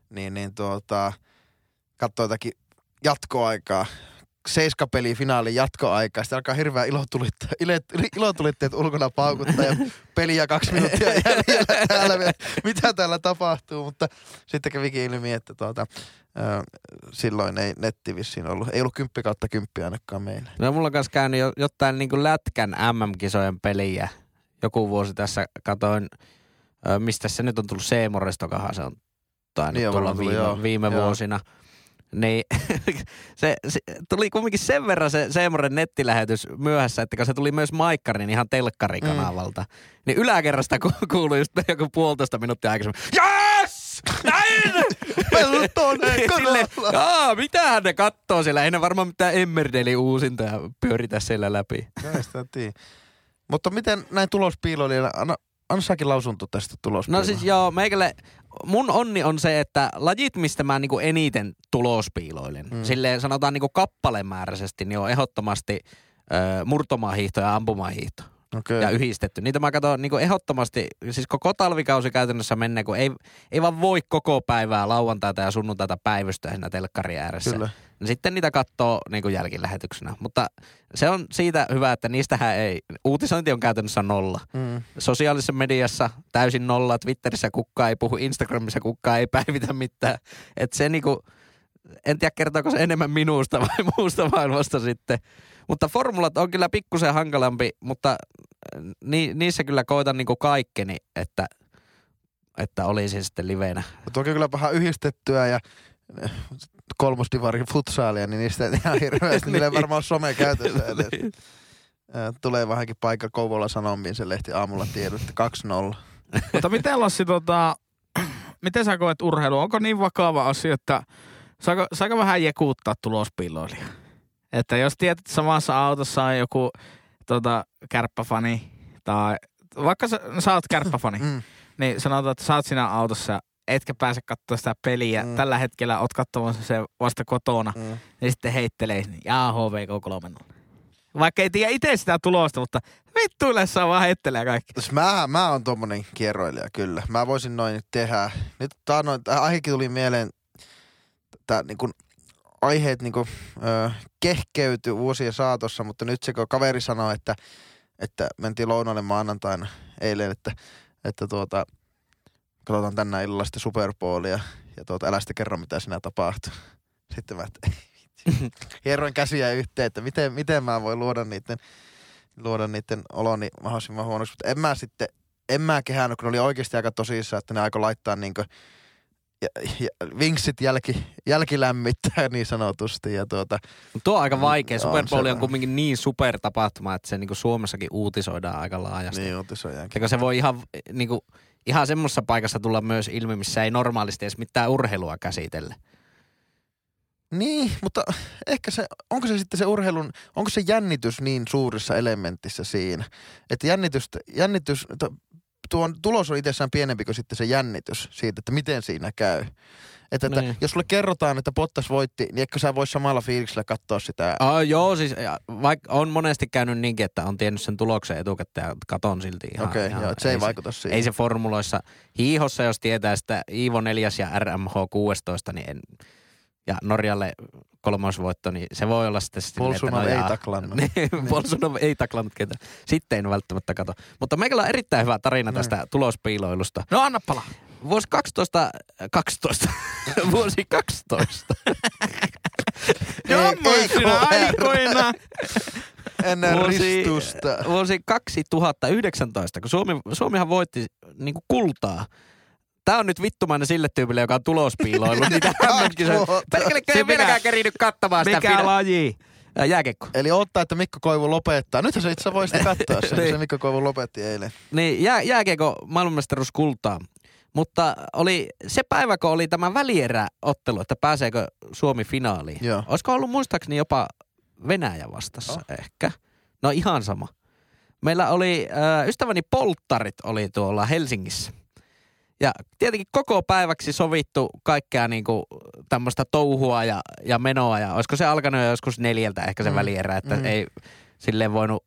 niin, niin tuota, katsoo jotakin jatkoaikaa. Seiskapeli finaalin jatkoaikaa. Sitten alkaa hirveän ilotulitteet, ilotulitteet ulkona paukuttaa ja peliä kaksi minuuttia jäljellä täällä. Mitä täällä tapahtuu? Mutta sitten kävikin ilmi, että tuota, äh, silloin ei netti vissiin ollut. Ei ollut kymppi kautta kymppi ainakaan meillä. No mulla on kanssa käynyt jo, jotain niin kuin lätkän M M-kisojen peliä. Joku vuosi tässä katoin, äh, mistä se nyt on tullut Seemoristokahan se on tainnut niin tulla tullut, viime, joo, viime joo. vuosina. Niin se, se tuli kumminkin sen verran se Seemoren nettilähetys myöhässä, että kun se tuli myös Maikkarin ihan telkkarikanavalta, mm. niin yläkerrasta ku, kuului just joku puolitoista minuuttia aikaisemmin. Jas! Näin! Peltonen kanalla! Jaa, mitähän ne kattoo siellä? Ei ne varmaan mitään Emmerdeli uusinta ja pyöritä siellä läpi. Näistä tii. Mutta miten näin tulospiiloilijana, anna, anna säkin lausunto tästä tulospiiloa. No siis joo, meikälle... Mun onni on se, että lajit, mistä mä niinku eniten tulospiiloilen, mm. silleen sanotaan niinku kappalemääräisesti, niin on ehdottomasti ö, murtomahiihto ja ampumahiihto. Okay. Ja yhdistetty. Niitä mä katson niinku ehdottomasti, siis koko talvikausi käytännössä menee, kun ei, ei vaan voi koko päivää lauantaita ja sunnuntaita päivystää siinä telkkarin ääressä. Kyllä. No sitten niitä katsoo niinku jälkilähetyksenä. Mutta se on siitä hyvä, että niistähän ei, uutisointi on käytännössä nolla. Mm. Sosiaalisessa mediassa täysin nolla, Twitterissä kukaan ei puhu, Instagramissa kukaan ei päivitä mitään. Että se niinku, en tiedä kertooko se enemmän minusta vai muusta maailmasta sitten. Mutta formulat on kyllä pikkusen hankalampi, mutta ni, niissä kyllä koitan niinku kaikkeni, että, että olisin sitten liveenä. Toki kyllä vähän yhdistettyä ja kolmosdivarin futsaalia, niin niistä ei ihan hirveästi. Niillä ei varmaan ole some käytössä edes. Tulee vähänkin paikka Kouvola Sanomiin, se lehti aamulla tiedotti kaksi nolla. Mutta miten Lassi, tota, miten sä koet urheilu? Onko niin vakava asia, että saako, saako vähän jekuuttaa tulospiiloilija? Että jos tiedät, että samassa autossa on joku tota, kärppäfani tai vaikka sä, sä oot kärppäfani, mm. niin sanotaan, että sä oot siinä autossa ja etkä pääse katsoa sitä peliä. Mm. Tällä hetkellä oot katsomassa se vasta kotona, mm. niin sitten heittelee, niin jaa H V K kolme nolla. Vaikka ei tiedä itse sitä tulosta, mutta vittuille saa vaan heittelee kaikki. Mä, mä oon tommonen kierroilija kyllä. Mä voisin noin nyt tehdä. Nyt tää noin, tää aihekin tuli mieleen, tää niinku aiheet niinku ö, kehkeytyi vuosien saatossa, mutta nyt se kun kaveri sanoi, että, että mentiin lounalle maanantaina eilen, että, että tuota, katsotaan tänään illalla sitten Super Bowlia ja tuota, älä sitten kerro mitä siinä tapahtuu. Sitten mä, että hieroin käsiä yhteen, että miten, miten mä voin luoda niiden, luoda niiden oloni mahdollisimman huonoksi. Mutta en mä sitten, en mä kehännyt, kun ne oli oikeasti aika tosissaan, että ne aikoi laittaa niinku ja, ja, vinksit jälki, jälkilämmittää niin sanotusti. Ja tuota, tuo on aika vaikea. Super Bowl on, on kumminkin niin supertapahtuma, että se niinku Suomessakin uutisoidaan aika laajasti. Niin uutisoidaan. Eikä se voi ihan, niinku, ihan semmoisessa paikassa tulla myös ilmi, missä ei normaalisti edes mitään urheilua käsitellä. Niin, mutta ehkä se, onko se sitten se urheilun, onko se jännitys niin suurissa elementissä siinä? Että jännitys, jännitys tuon tulos on itsessään pienempi kuin sitten se jännitys siitä, että miten siinä käy. Että, että jos sulle kerrotaan, että Bottas voitti, niin eikö sä vois samalla fiiliksellä katsoa sitä? Oh, joo, siis vaikka on monesti käynyt niinkin, että on tiennyt sen tuloksen etukäteen ja katon silti ihan. Okei, okay, joo, se ei, ei vaikuta siihen. Ei se formuloissa. Hiihossa, jos tietää sitä Iivo neljäs ja R M H kuusitoista, niin en, ja Norjalle kolmosvoitto, niin se voi olla sitten... Bolsunov ei taklannut. Niin, Bolsunov ei taklannut ketään. Sitten en välttämättä kato. Mutta meikällä on erittäin hyvä tarina tästä no. tulospiiloilusta. No anna palaa. Vuosi kaksitoista... kaksitoista. Vuosi kaksitoista. Jommoisina aikoina. Ennen ristusta. Vuosi kaksituhattayhdeksäntoista, kun Suomi, Suomihan voitti niinku kultaa. Tää on nyt vittumainen sille tyypille, joka on tulospiiloillut. Niitä hämmenkin. Perkele, ei vieläkään kerinyt katsomaan sitä. Mikä laji? Jääkiekko. Eli odottaa, että Mikko Koivu lopettaa. Nythän se itse asiassa voisi katsoa sen, niin. Se Mikko Koivu lopetti eilen. Niin, jää, jääkiekko maailmanmestaruus kultaa. Mutta oli se päivä, kun oli tämä välieräottelu, että pääseekö Suomi finaaliin. Joo. Olisiko ollut muistaakseni jopa Venäjä vastassa oh. ehkä? No ihan sama. Meillä oli, äh, ystäväni polttarit oli tuolla Helsingissä. Ja tietenkin koko päiväksi sovittu kaikkea niinku tämmöistä touhua ja, ja menoa. Ja olisiko se alkanut jo joskus neljältä ehkä se mm. välierä, että mm. ei silleen voinut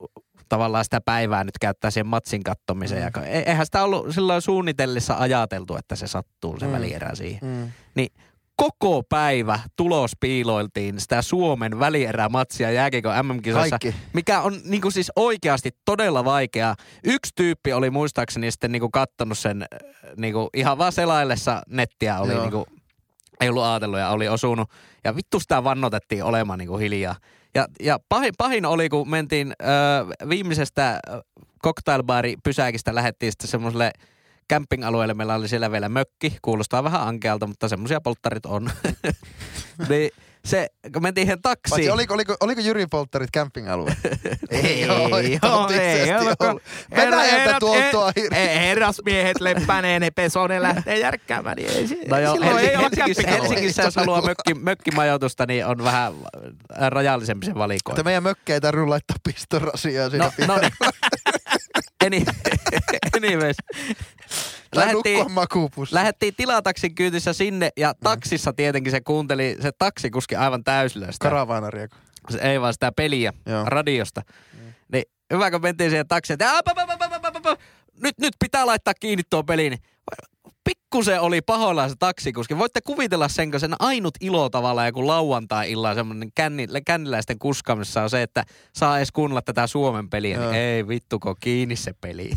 tavallaan sitä päivää nyt käyttää siihen matsin kattomiseen. Mm. Ja e- eihän sitä ollut silloin suunnitellessa ajateltu, että se sattuu se mm. välierä siihen. Mm. Niin koko päivä tulospiiloiltiin sitä Suomen välierämatsia jääkiekon M M-kisoissa, mikä on niin kuin siis oikeasti todella vaikeaa. Yksi tyyppi oli muistaakseni sitten niin kuin kattonut sen niin kuin ihan vaan selaillessa nettiä, oli niin kuin, ei ollut ajatellut ja oli osunut. Ja vittu sitä vannotettiin olemaan niin kuin hiljaa. Ja, ja pahin, pahin oli, kun mentiin ö, viimeisestä cocktailbaari-pysäkistä, lähdettiin sitten semmoiselle camping-alueelle. Meillä oli siellä vielä mökki, kuulostaa vähän ankealta, mutta semmoisia polttarit on. Niin se, kun mentiin ihan taksiin. Paitsi oliko, oliko, oliko Jyrin polttarit camping-alue? ei ole, ei ole. Venäjältä tuoltua herrasmiehet Leppänen ja Pesonen lähtee järkkäämään, niin ei, no joo, silloin Helsing, ei ole Helsingissä, camping-alue. Helsingissä, jos haluaa mökki, mökkimajoitusta, niin on vähän rajallisempi se valikoima. Että meidän mökkiä ei tarvitse laittaa pistorasiaa siinä. No, no niin. Any, anyways. Lähettiin, lähettiin tilataksin kyytissä sinne ja taksissa tietenkin se kuunteli, se taksikuski aivan täyslöstä. Karavaanariako? Se ei vaan sitä peliä Joo. radiosta. Mm. Niin hyvä kun mentiin siihen taksiin, että ap, ap, ap, ap, ap, nyt, nyt pitää laittaa kiinni tuo peliin. Pikkusen oli pahoillaan se taksikuski. Voitte kuvitella sen, kun sen ainut ilo tavallaan joku lauantai-illan semmoinen känni, känniläisten kuskaamissa on se, että saa edes kuunnella tätä Suomen peliä. Niin ei vittuko kiinni se peli.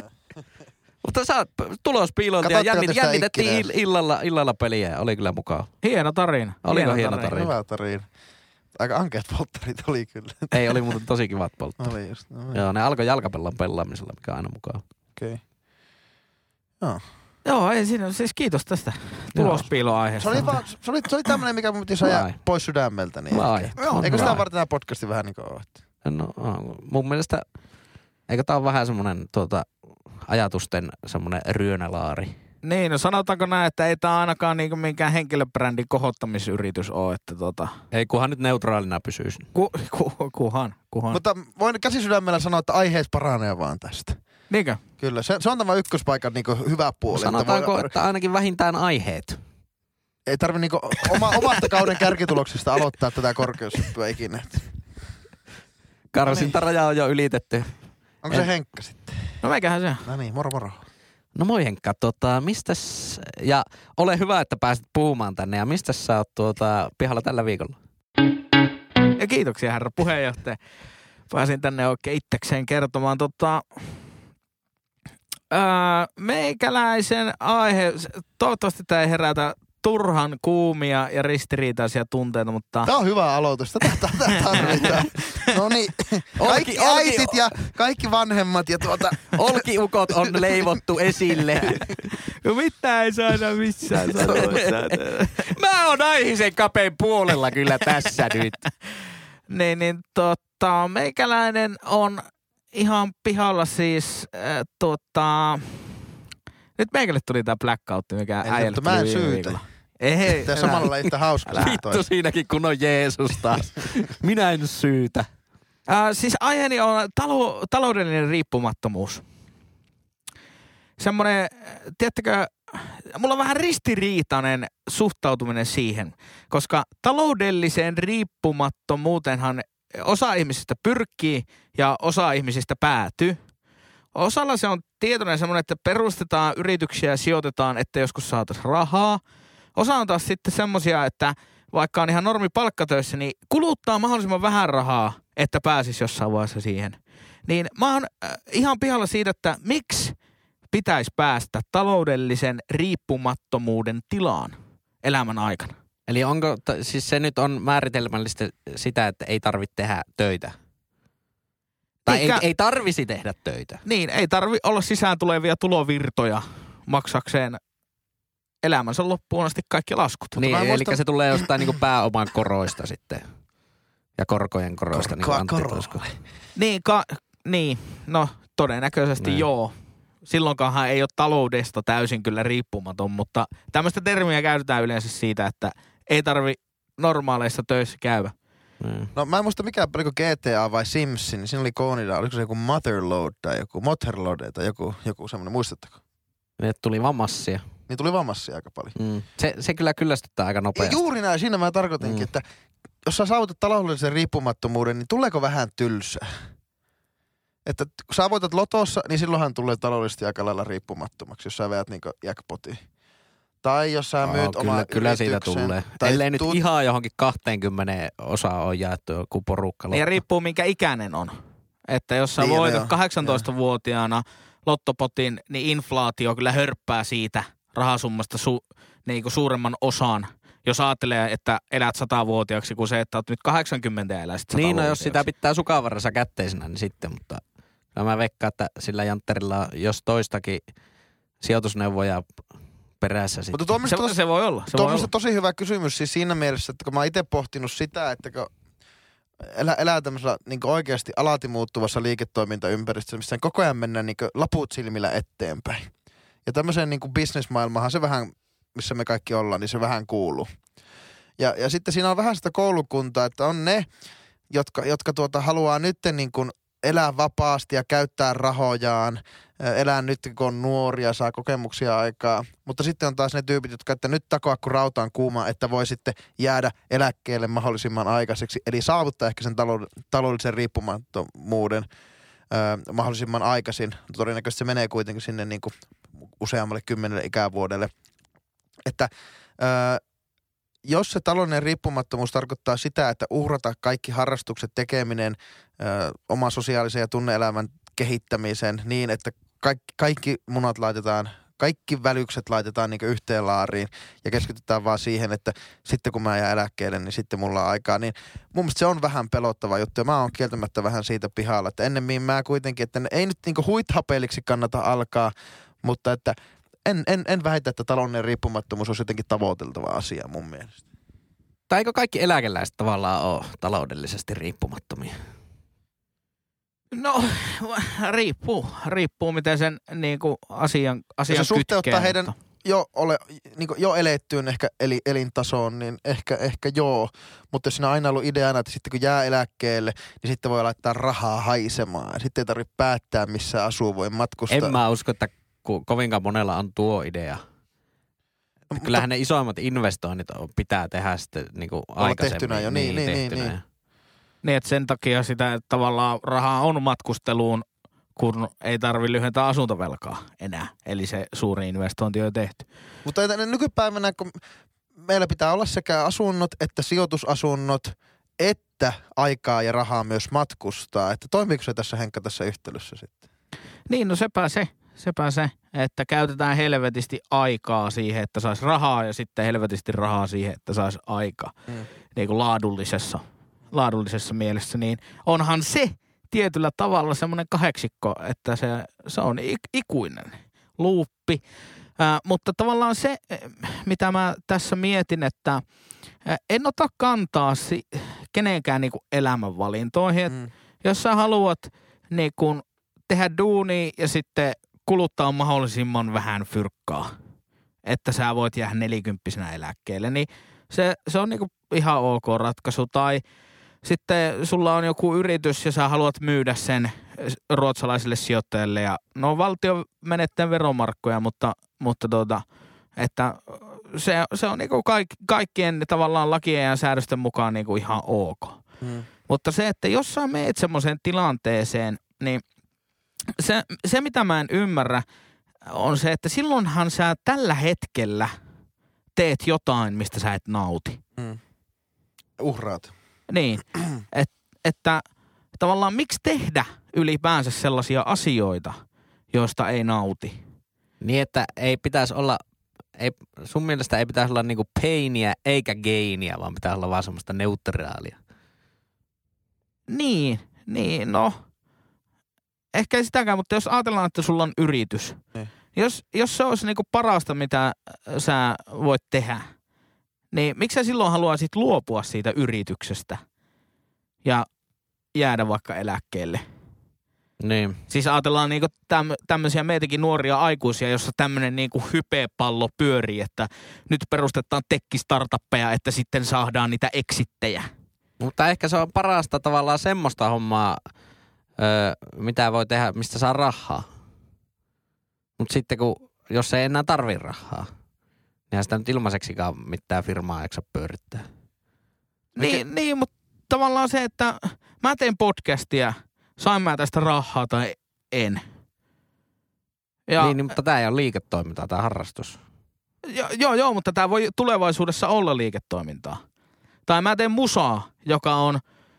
Mutta sä tulospiiloiltiin ja jännit, jännitettiin illalla, illalla peliä ja oli kyllä mukaan. Hieno tarina. Oliko hieno, hieno tarina? tarina? Hyvä tarina. Aika ankeat polttarit oli kyllä. Ei, oli muuten tosi kivat polttarit. Oli just. No, joo, ne alkoi jalkapallon pelaamisella, mikä on aina mukaan. Okei. Okay. Joo. Joo, ei siinä, siis kiitos tästä tulospiiloaiheesta. Se oli, vaan, se oli, se oli tämmönen, mikä mun piti ajaa pois sydämeltä. Niin eikö sitä varten tämä podcasti vähän niin kuin ole? No, mun mielestä, eikö tää ole vähän semmonen tuota, ajatusten semmonen ryönälaari? Niin, no sanotaanko näin, että ei tää ainakaan niinku minkään henkilöbrändin kohottamisyritys ole, että tota... Ei, kunhan nyt neutraalina pysyisi. Ku, ku, kuhan, kuhan. Mutta voin käsisydämellä sanoa, että aiheet paranee vaan tästä. Niinkö? Kyllä, se, se on tämä ykköspaikan niinku hyvä puoli. Sanotaanko, että, voi, että ainakin vähintään aiheet? Ei tarvi niinku oma, omasta kauden kärkituloksista aloittaa tätä korkeushyppyä ikinä. Karsintaraja on jo ylitetty. Onko en... se Henkka sitten? No meikähän se. No niin, moro moro. No moi Henkka, tota, mistäs, ja ole hyvä, että pääsit puhumaan tänne, ja mistäs sä oot tuota, pihalla tällä viikolla? Ja kiitoksia herra puheenjohtaja. Pääsin tänne oikein itsekseen kertomaan tota, ää, meikäläisen aihe, toivottavasti tämä ei herätä turhan kuumia ja ristiriitaisia tunteita, mutta... Tämä on hyvä aloitus, tätä tarvitaan. No niin, kaikki olki, äitit olki, ja kaikki vanhemmat ja tuota... Olkiukot on leivottu esille. No mitään ei saada missään sanoa. Mä oon Aihisen kapeen puolella kyllä tässä nyt. niin, niin tota, meikäläinen on ihan pihalla siis, äh, tota... Nyt meikälle tuli tää blackout, mikä äijälle tuli mä en syytä. Ei, Tää samalla lailla yhtä hauskaa. Vittu siinäkin, kun on Jeesus taas. Minä en syytä. Äh, siis aiheeni on talo, taloudellinen riippumattomuus. Semmoinen, tiedättekö, mulla on vähän ristiriitainen suhtautuminen siihen, koska taloudelliseen riippumattomuutenhan osa ihmisistä pyrkii ja osa ihmisistä päätyy. Osalla se on tietoinen semmoinen, että perustetaan yrityksiä ja sijoitetaan, että joskus saataisiin rahaa. Osa on taas sitten semmoisia, että vaikka on ihan normi palkkatöissä, niin kuluttaa mahdollisimman vähän rahaa, että pääsisi jossain vaiheessa siihen. Niin mä oon äh, ihan pihalla siitä, että miksi pitäisi päästä taloudellisen riippumattomuuden tilaan elämän aikana. Eli onko, t- siis se nyt on määritelmällistä sitä, että ei tarvitse tehdä töitä? Tai Eikä, ei, ei tarvisi tehdä töitä? Niin, ei tarvi olla sisään tulevia tulovirtoja maksakseen elämänsä loppuun asti kaikki laskut. Niin, eli muistan... se tulee jostain niinku pääoman koroista sitten. Ja korkojen koroista. Korkoa niin koroille. Niin, ka- niin, no todennäköisesti niin. Joo. Silloinkaan ei ole taloudesta täysin kyllä riippumaton, mutta tämmöistä termiä käytetään yleensä siitä, että ei tarvi normaaleissa töissä käydä. Mm. No mä en muista mikä, oliko G T A vai Sims, niin siinä oli koonilla, oliko se joku Motherload tai joku Motherload tai joku, joku semmoinen, muistatteko? Ne tuli vaan massia. Niin tuli vaan massia aika paljon. Mm. Se, se kyllä kyllästyttää aika nopeasti. Ja juuri näin, siinä mä tarkoitinkin, mm. että jos sä saavutat taloudellisen riippumattomuuden, niin tuleeko vähän tylsää? että kun sä voitat lotossa, niin silloinhan tulee taloudellisesti aika lailla riippumattomaksi, jos sä veät niinku jackpotiin. Tai jos sä myyt oh, oma kyllä, kyllä siitä tulee. Tai ellei nyt tuut... ihan johonkin kaksikymmentä osaa on jaettu joku porukka. Niin riippuu minkä ikäinen on. Että jos sä niin, voitat no, kahdeksantoistavuotiaana lottopotin, niin inflaatio kyllä hörppää siitä rahasummasta su, niin kuin suuremman osan. Jos ajattelee, että elät satavuotiaaksi, kuin se, että oot nyt kahdeksankymmentä ja elät niin, no jos sitä pitää sukavarrassa kätteisenä, niin sitten, mutta mä veikkaan, että sillä jantterilla jos toistakin sijoitusneuvoja perässä sitten. Mutta se, tos, se voi olla. Se tuo voi on olla. tosi hyvä kysymys siis siinä mielessä, että kun mä oon itse pohtinut sitä, että kun elää, elää tämmöisellä niin oikeasti alati muuttuvassa liiketoimintaympäristössä, missä koko ajan mennään niin laput silmillä eteenpäin. Ja tämmöiseen niin bisnesmaailmahan se vähän, missä me kaikki ollaan, niin se vähän kuuluu. Ja, ja sitten siinä on vähän sitä koulukuntaa, että on ne, jotka, jotka tuota, haluaa nyt niin kuin elää vapaasti ja käyttää rahojaan, elää nyt kun on nuoria, saa kokemuksia aikaa. Mutta sitten on taas ne tyypit, jotka että nyt takoa kun rauta on kuuma, että voi sitten jäädä eläkkeelle mahdollisimman aikaiseksi. Eli saavuttaa ehkä sen taloudellisen riippumattomuuden ö, mahdollisimman aikaisin. Todennäköisesti se menee kuitenkin sinne niin kuin useammalle kymmenelle ikävuodelle. Että ö, jos se taloudellinen riippumattomuus tarkoittaa sitä, että uhrata kaikki harrastukset, tekeminen, ö, oma sosiaalisen ja tunne-elämän kehittämisen niin, että kaikki, kaikki munat laitetaan, kaikki välykset laitetaan niin kuin yhteen laariin ja keskitytään vaan siihen, että sitten kun mä jään eläkkeelle, niin sitten mulla on aikaa. Niin mun mielestä se on vähän pelottava juttu ja mä oon kieltämättä vähän siitä pihalla. Että ennemmin mä kuitenkin, että ei nyt niin kuin huithapeliksi kannata alkaa, mutta että En, en, en väitä, että taloudellinen riippumattomuus on jotenkin tavoiteltava asia mun mielestä. Tai eikö kaikki eläkeläiset tavallaan ole taloudellisesti riippumattomia? No, riippuu. Riippuu, miten sen niin kuin asian, asian ja se suhteuttaa kytkee, heidän mutta jo, ole, niin jo elettyyn ehkä eli, elintasoon, niin ehkä, ehkä joo. Mutta jos siinä on aina ollut ideana, että sitten kun jää eläkkeelle, niin sitten voi laittaa rahaa haisemaan. Sitten ei tarvitse päättää, missä asuu, voi matkustaa. En mä usko, että kovinkaan monella on tuo idea. No, kyllähän ne isoimmat investoinnit pitää tehdä sitten niin kuin aikaisemmin. Tehtynä jo, niin, niin, niin, niin. Niin, että sen takia sitä että tavallaan rahaa on matkusteluun, kun ei tarvitse lyhentää asuntovelkaa enää. Eli se suuri investointi on jo tehty. Mutta nykypäivänä, kun meillä pitää olla sekä asunnot että sijoitusasunnot, että aikaa ja rahaa myös matkustaa. Että toimiiko se tässä, Henkka, tässä yhtälössä sitten? Niin, no sepä se. Sepä se, että käytetään helvetisti aikaa siihen, että saisi rahaa ja sitten helvetisti rahaa siihen, että saisi aikaa. Mm. Niin kuin laadullisessa, laadullisessa mielessä, niin onhan se tietyllä tavalla semmoinen kahdeksikko, että se, se on ikuinen luuppi. Äh, mutta tavallaan se, mitä mä tässä mietin, että en ota kantaa si- kenenkään niin kuin elämänvalintoihin. Mm. Jos sä haluat niin kuin tehdä duunia ja sitten kuluttaa mahdollisimman vähän fyrkkaa, että sä voit jäädä nelikymppisenä eläkkeelle, niin se, se on niinku ihan ok ratkaisu. Tai sitten sulla on joku yritys ja sä haluat myydä sen ruotsalaisille sijoittajille ja no valtio menettää veromarkkoja, mutta, mutta tuota, että se, se on niinku kaik, kaikkien tavallaan lakien ja säädösten mukaan niinku ihan ok. Hmm. Mutta se, että jos sä meet semmoiseen tilanteeseen, niin Se, se, mitä mä en ymmärrä, on se, että silloinhan sä tällä hetkellä teet jotain, mistä sä et nauti. Mm. Uhraat. Niin, et, että tavallaan miksi tehdä ylipäänsä sellaisia asioita, joista ei nauti? Niin, että ei pitäisi olla, ei, sun mielestä ei pitäisi olla niinku painia eikä gainia, vaan pitäisi olla vaan semmoista neutraalia. Niin, niin, no. Ehkä ei sitäkään, mutta jos ajatellaan, että sulla on yritys. Niin. Jos, jos se olisi niinku parasta, mitä sä voit tehdä, niin miksi sä silloin haluaisit luopua siitä yrityksestä ja jäädä vaikka eläkkeelle? Niin. Siis ajatellaan niinku täm, tämmöisiä meitäkin nuoria aikuisia, jossa tämmöinen niinku hypepallo pyörii, että nyt perustetaan tekkistartuppeja, että sitten saadaan niitä eksittejä. Mutta ehkä se on parasta tavallaan semmoista hommaa, Öö, mitä voi tehdä, mistä saa rahaa. Mutta sitten kun, jos ei enää tarvii rahaa, niin sitä nyt ilmaiseksikaan mitään firmaa eikö pyörittää. Niin, niin, mutta tavallaan se, että mä teen podcastia, sain mä tästä rahaa tai en. Ja, niin, niin, mutta tämä ei ole liiketoimintaa, tämä harrastus. Jo, joo, joo, mutta tämä voi tulevaisuudessa olla liiketoimintaa. Tai mä teen musaa, joka on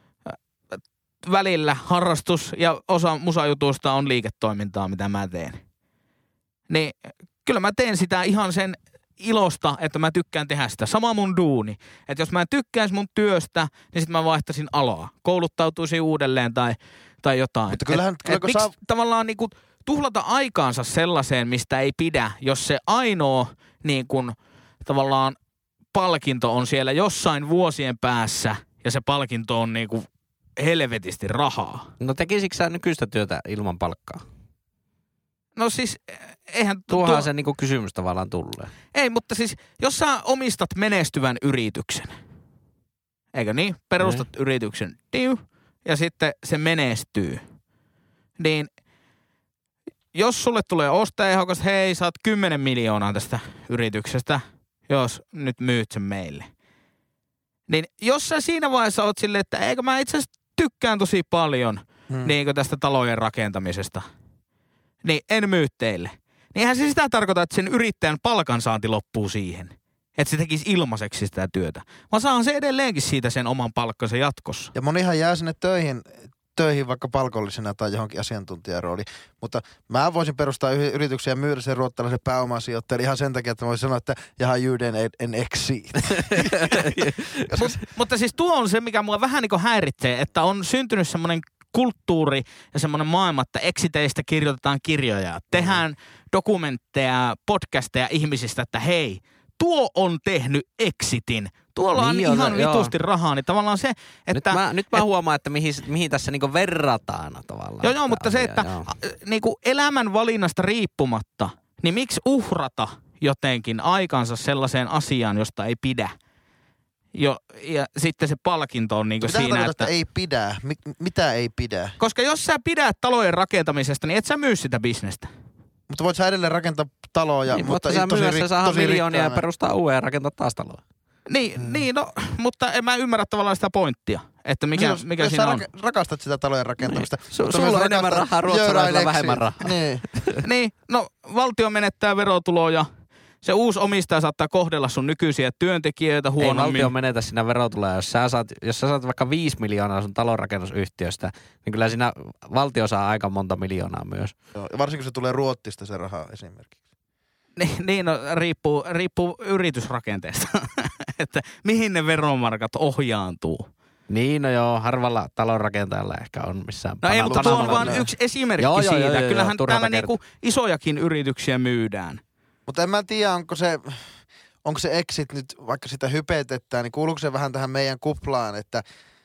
välillä harrastus ja osa musajutuista on liiketoimintaa, mitä mä teen. Niin kyllä mä teen sitä ihan sen ilosta, että mä tykkään tehdä sitä. Sama mun duuni. Että jos mä en tykkäisi mun työstä, niin sit mä vaihtaisin alaa. Kouluttautuisin uudelleen tai, tai jotain. Mutta kyllähän, et, kyllä, et miksi saa... tavallaan niinku tuhlata aikaansa sellaiseen, mistä ei pidä, jos se ainoa niin kun, tavallaan palkinto on siellä jossain vuosien päässä ja se palkinto on niinku helvetisti rahaa. No tekisikö sä nykyistä työtä ilman palkkaa? No siis, eihän... Tuohan tuo... se niinku kysymys tavallaan tulee. Ei, mutta siis, jos sä omistat menestyvän yrityksen, eikö niin? Perustat mm. yrityksen, tiu, ja sitten se menestyy. Niin, jos sulle tulee ostajaehokas, hei, saat kymmenen miljoonaa tästä yrityksestä, jos nyt myyt sen meille. Niin, jos sä siinä vaiheessa oot silleen, että eikö mä itse asiassa tykkään tosi paljon mm. niin tästä talojen rakentamisesta, niin en myy teille. Niin eihän se sitä tarkoita, että sen yrittäjän palkansaanti loppuu siihen. Että se tekisi ilmaiseksi sitä työtä. Vaan saahan se edelleenkin siitä sen oman palkkansa jatkossa. Ja monihan jää sinne töihin, töihin vaikka palkollisena tai johonkin asiantuntijarooliin. Mutta mä voisin perustaa yrityksen ja myydä sen ruottalaisen pääomasijoittajan ihan sen takia, että mä voisin sanoa, että jaha, jyden en exit. Mut, mutta siis tuo on se, mikä mua vähän niin kuin häiritsee, että on syntynyt semmoinen kulttuuri ja semmoinen maailma, että exiteistä kirjoitetaan kirjoja. Tehdään dokumentteja, podcasteja ihmisistä, että hei, tuo on tehnyt exitin. Tuolla niin on on, ihan joo. vitusti rahaa, niin tavallaan se, että... Nyt mä, nyt mä et, huomaan, että mihin, mihin tässä niinku verrataan tavallaan. Joo, joo, mutta asia, se, että joo. niinku elämän valinnasta riippumatta, niin miksi uhrata jotenkin aikansa sellaiseen asiaan, josta ei pidä? Jo, ja sitten se palkinto on niinku siinä, että... että ei pidä? Mi- mitä ei pidä? Koska jos sä pidät talojen rakentamisesta, niin et sä myy sitä bisnestä. Mutta voit sä edelleen rakentaa taloja, Niin, mutta sä tosi, myydä, ri- sä saada tosi miljoonia ja rikkaana. perustaa uuden ja rakentaa taas taloa. Niin, hmm. niin, no, mutta en mä ymmärrä tavallaan sitä pointtia, että mikä, jos, mikä jos siinä sä on. Raka- rakastat sitä talojen rakentamista. Niin. Su- sulla on enemmän rahaa, ruotsalaisilla vähemmän rahaa. Niin. Niin, no valtio menettää verotuloja. Se uusi omistaja saattaa kohdella sun nykyisiä työntekijöitä huonommin. Ei valtio menetä siinä verotuloja. Jos sä saat, jos sä saat vaikka viisi miljoonaa sun talonrakennusyhtiöstä, niin kyllä siinä valtio saa aika monta miljoonaa myös. Joo, varsinkin kun se tulee Ruotsista se raha esimerkiksi. Niin, niin no, riippuu, riippuu yritysrakenteesta, että mihin ne veromarkat ohjaantuu. Niin, no joo, harvalla talonrakentajalla ehkä on missään. No ei, mutta tuo on vaan ne. yksi esimerkki Joo, joo, siitä. joo, joo, Kyllähän joo, täällä turhata niinku isojakin yrityksiä myydään. Mutta en mä tiedä, onko se, onko se exit nyt, vaikka sitä hypetetään, niin kuuluuko se vähän tähän meidän kuplaan, että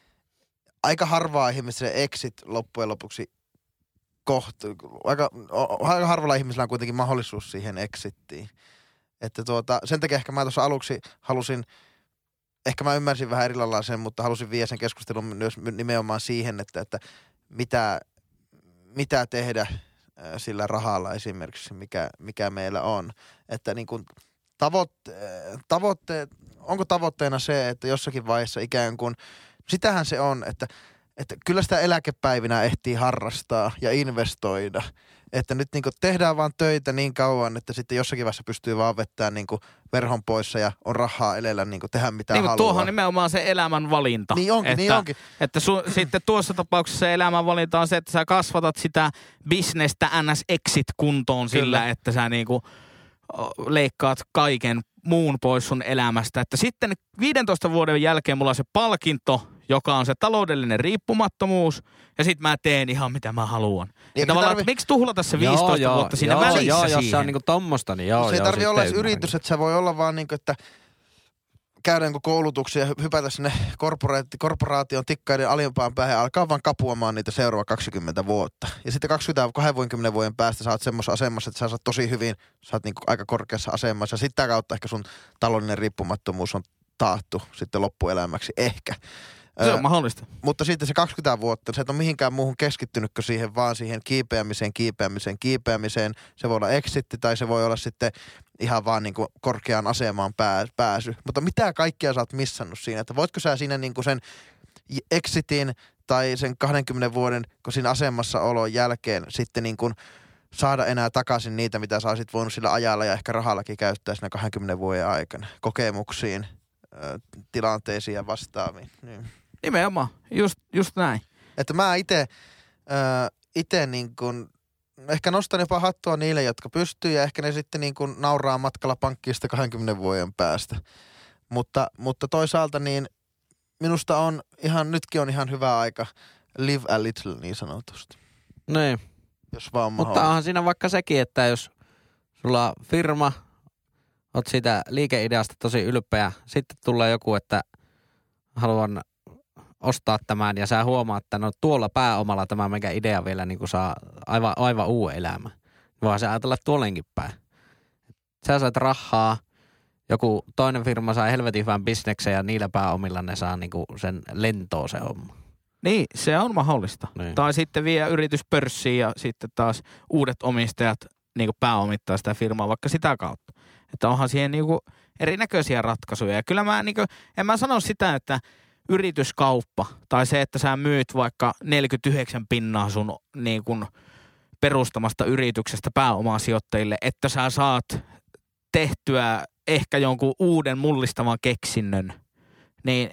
aika harvaa ihmiselle exit loppujen lopuksi kohta, aika, aika harvalla ihmisellä on kuitenkin mahdollisuus siihen exittiin. Että tuota, sen takia ehkä mä tuossa aluksi halusin, ehkä mä ymmärsin vähän eri lailla sen, mutta halusin viedä sen keskustelun myös nimenomaan siihen, että, että mitä, mitä tehdä sillä rahalla esimerkiksi, mikä, mikä meillä on. Että niin kuin tavoitte, tavoitteet, onko tavoitteena se, että jossakin vaiheessa ikään kuin, sitähän se on, että, että kyllä sitä eläkepäivinä ehtii harrastaa ja investoida. Että nyt niin kuin tehdään vaan töitä niin kauan, että sitten jossakin vaiheessa pystyy vaan vettämään niin kuin verhon poissa ja on rahaa elellä niin kuin tehdä mitä niin, haluaa. Tuohon nimenomaan se elämän valinta. Niin onkin, että, niin onkin. Että su, sitten tuossa tapauksessa se elämän valinta on se, että sä kasvatat sitä bisnestä ns. Exit kuntoon sillä, Kyllä. että sä niinku leikkaat kaiken muun pois sun elämästä. Että sitten viidentoista vuoden jälkeen mulla on se palkinto, joka on se taloudellinen riippumattomuus, ja sit mä teen ihan mitä mä haluan. Ja tavallaan, tarvi... miksi tuhlata se viisitoista joo, vuotta siinä joo, välissä joo, siihen? jos se on niinku tommosta, niin joo. Se ei joo, tarvi olla edes ymmärrän. yritys, että se voi olla vaan niinku, että käydään koulutuksia ja hypätä sinne korporaati, korporaation tikkaiden alimpaan päähän ja alkaa vaan kapuamaan niitä seuraava kaksikymmentä vuotta. Ja sitten kaksikymmentä vuoden päästä sä oot semmoisessa asemassa, että sä saat tosi hyvin, sä oot niinku aika korkeassa asemassa. Ja sitä kautta ehkä sun taloudellinen riippumattomuus on taattu sitten loppuelämäksi. Ehkä. Se on mahdollista. Mutta sitten se kaksikymmentä vuotta, se et ole mihinkään muuhun keskittynytkö siihen, vaan siihen kiipeämiseen, kiipeämiseen, kiipeämiseen. Se voi olla exitti tai se voi olla sitten ihan vaan niin kuin korkeaan asemaan pää, pääsy. Mutta mitä kaikkea sä oot missannut siinä? Että voitko sä siinä niin kuin sen exitin tai sen kahdenkymmenen vuoden, kun siinä asemassa olon jälkeen sitten niin kuin saada enää takaisin niitä, mitä sä olisit voinut sillä ajalla ja ehkä rahallakin käyttää siinä kahdenkymmenen vuoden aikana. Kokemuksiin, tilanteisiin ja vastaaviin. Niin. Nimenomaan, just, just näin. Että mä ite, ite niin kuin, ehkä nostan jopa hattua niille, jotka pystyy ja ehkä ne sitten niin kuin nauraa matkalla pankkista kahdenkymmenen vuoden päästä. Mutta, mutta toisaalta niin minusta on ihan, nytkin on ihan hyvä aika live a little niin sanotusti. Niin. Jos vaan Mutta onhan siinä vaikka sekin, että jos sulla on firma, oot siitä liikeideasta tosi ylpeä, sitten tulee joku, että haluan ostaa tämän ja sä huomaat, että no tuolla pääomalla tämä mikä idea vielä niin kuin saa aivan, aivan uuden elämän. Vaan se ajatella tuollenkin päin. Sä saat rahaa, joku toinen firma saa helvetin hyvän bisneksen ja niillä pääomilla ne saa niin kuin sen lentoon se homma. Niin, se on mahdollista. Niin. Tai sitten vie yritys pörssiin ja sitten taas uudet omistajat niin kuin pääomittaa sitä firmaa vaikka sitä kautta. Että onhan siihen niin kuin erinäköisiä ratkaisuja. Ja kyllä mä niin kuin, en mä sano sitä, että yrityskauppa tai se, että sä myyt vaikka neljäkymmentäyhdeksän pinnaa sun niin kuin perustamasta yrityksestä pääomaa sijoittajille, että sä saat tehtyä ehkä jonkun uuden mullistavan keksinnön, niin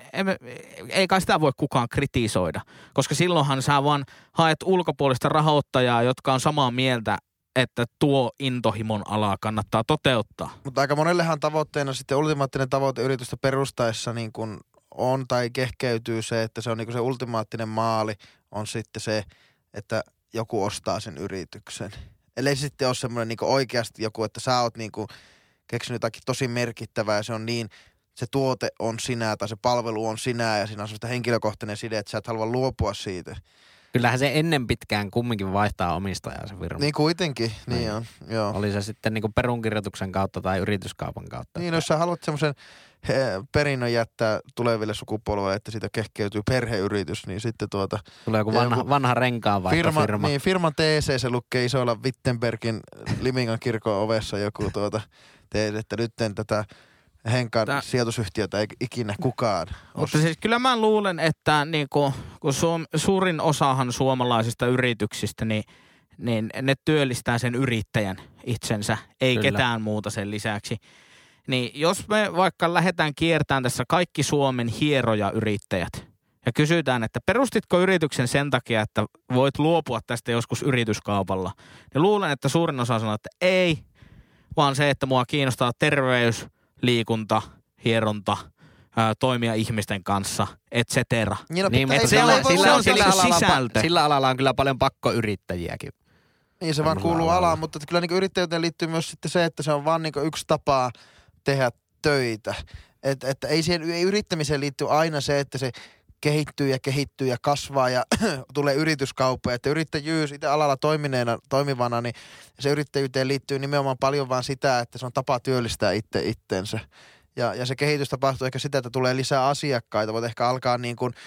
ei kai sitä voi kukaan kritisoida, koska silloinhan sä vaan haet ulkopuolista rahoittajaa, jotka on samaa mieltä, että tuo intohimon alaa kannattaa toteuttaa. Mutta aika monellehan tavoitteena sitten ultimaattinen tavoite yritystä perustaessa niin kun on tai kehkeytyy se, että se on niin kuin se ultimaattinen maali on sitten se, että joku ostaa sen yrityksen. Ellei sitten ole semmoinen niin kuin oikeasti joku, että sä oot niin kuin keksinyt jotakin tosi merkittävää ja se on niin, se tuote on sinä tai se palvelu on sinä ja siinä on semmoista henkilökohtainen side, että sä et halua luopua siitä. Kyllähän se ennen pitkään kumminkin vaihtaa omistajaa se firma. Niin kuitenkin, niin, niin on, joo. Oli se sitten niin kuin perunkirjoituksen kautta tai yrityskaupan kautta. Niin, jos sä haluat semmoisen perinnön jättää tuleville sukupolville, että siitä kehkeytyy perheyritys, niin sitten tuota... Tulee joku vanha, vanha renkaanvaihto firma. firma. Niin, firman T C, se lukee isoilla Wittenbergin Limingan kirkon ovessa joku tuota, teet, että nyt tätä Henkan Tää. sijoitusyhtiötä ei ikinä kukaan. Mutta siis kyllä mä luulen, että niinku, kun su, suurin osahan suomalaisista yrityksistä, niin, niin ne työllistää sen yrittäjän itsensä, ei kyllä. ketään muuta sen lisäksi. Niin jos me vaikka lähdetään kiertämään tässä kaikki Suomen hierojayrittäjät ja kysytään, että perustitko yrityksen sen takia, että voit luopua tästä joskus yrityskaupalla, niin luulen, että suurin osa sanoo, että ei, vaan se, että mua kiinnostaa terveys, liikunta, hieronta, ää, toimia ihmisten kanssa, et cetera. Niin, no, niin mutta sillä, sillä, sillä, sillä, alalla, sillä alalla on kyllä paljon pakkoyrittäjiäkin. Niin se vaan kuuluu alaan, mutta kyllä niin yrittäjyyteen liittyy myös sitten se, että se on vaan niin yksi tapa tehdä töitä. Että et ei siihen ei yrittämiseen liittyy aina se, että se kehittyy ja kehittyy ja kasvaa ja tulee yrityskauppa. Että yrittäjyys itse alalla toimineena, toimivana, niin se yrittäjyyteen liittyy nimenomaan paljon vaan sitä, että se on tapa työllistää itse itsensä. Ja, ja se kehitys tapahtuu ehkä sitä, että tulee lisää asiakkaita. Voit ehkä alkaa niin kuin,